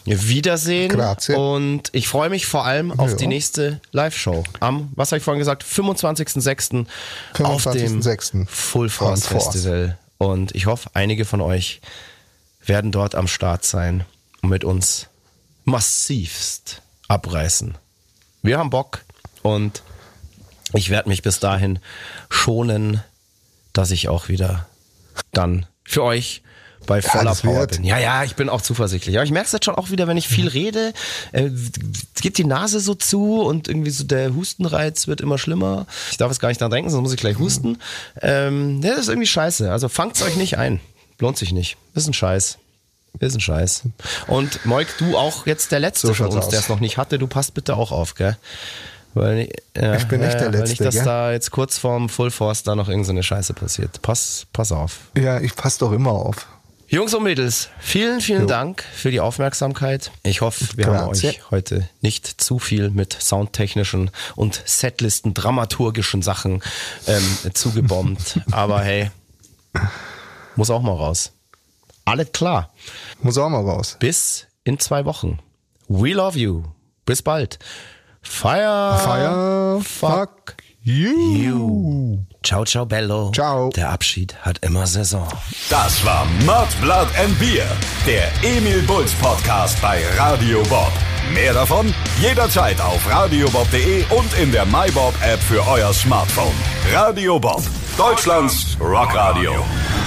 Speaker 2: Wiedersehen.
Speaker 3: Grazie.
Speaker 2: Und ich freue mich vor allem auf
Speaker 3: Ja.
Speaker 2: die nächste Live-Show. Am, was habe ich vorhin gesagt, fünfundzwanzigsten sechsten auf dem
Speaker 3: fünfundzwanzigsten
Speaker 2: Full Force
Speaker 3: Full Force.
Speaker 2: Festival. Und ich hoffe, einige von euch werden dort am Start sein und mit uns massivst abreißen. Wir haben Bock und ich werde mich bis dahin schonen, dass ich auch wieder dann für euch bei voller
Speaker 3: das
Speaker 2: Power
Speaker 3: wird.
Speaker 2: bin. Ja, ja, ich bin auch zuversichtlich. Aber ich merke es jetzt schon auch wieder, wenn ich viel rede, äh, geht die Nase so zu und irgendwie so der Hustenreiz wird immer schlimmer. Ich darf jetzt gar nicht dran denken, sonst muss ich gleich husten. Ähm, ja, das ist irgendwie scheiße. Also fangt's euch nicht ein. Lohnt sich nicht. Ist ein Scheiß. Ist ein Scheiß. Und Moik, du auch jetzt der Letzte
Speaker 3: So
Speaker 2: von
Speaker 3: schaut's
Speaker 2: uns,
Speaker 3: aus.
Speaker 2: der es noch nicht hatte. Du passt bitte auch auf, gell? Weil, ja,
Speaker 3: Ich bin echt der
Speaker 2: ja, Weil
Speaker 3: Letzte,
Speaker 2: nicht, dass
Speaker 3: gell?
Speaker 2: da jetzt kurz vorm Full Force da noch irgendeine Scheiße passiert. Pass, pass auf.
Speaker 3: Ja, ich passe doch immer auf.
Speaker 2: Jungs und Mädels, vielen, vielen
Speaker 3: Jo.
Speaker 2: Dank für die Aufmerksamkeit. Ich hoffe, wir haben
Speaker 3: Grazie.
Speaker 2: euch heute nicht zu viel mit soundtechnischen und Setlisten, dramaturgischen Sachen ähm, zugebombt. Aber hey, muss auch mal raus. Alles klar.
Speaker 3: Muss auch mal raus.
Speaker 2: Bis in zwei Wochen. We love you. Bis bald. Fire.
Speaker 3: Fire, fuck you.
Speaker 2: you. Ciao, ciao, bello.
Speaker 3: Ciao.
Speaker 2: Der Abschied hat immer Saison.
Speaker 1: Das war Mud, Blood and Beer, der Emil Bulls Podcast bei Radio Bob. Mehr davon jederzeit auf radiobob punkt de und in der MyBob App für euer Smartphone. Radio Bob, Deutschlands Rockradio.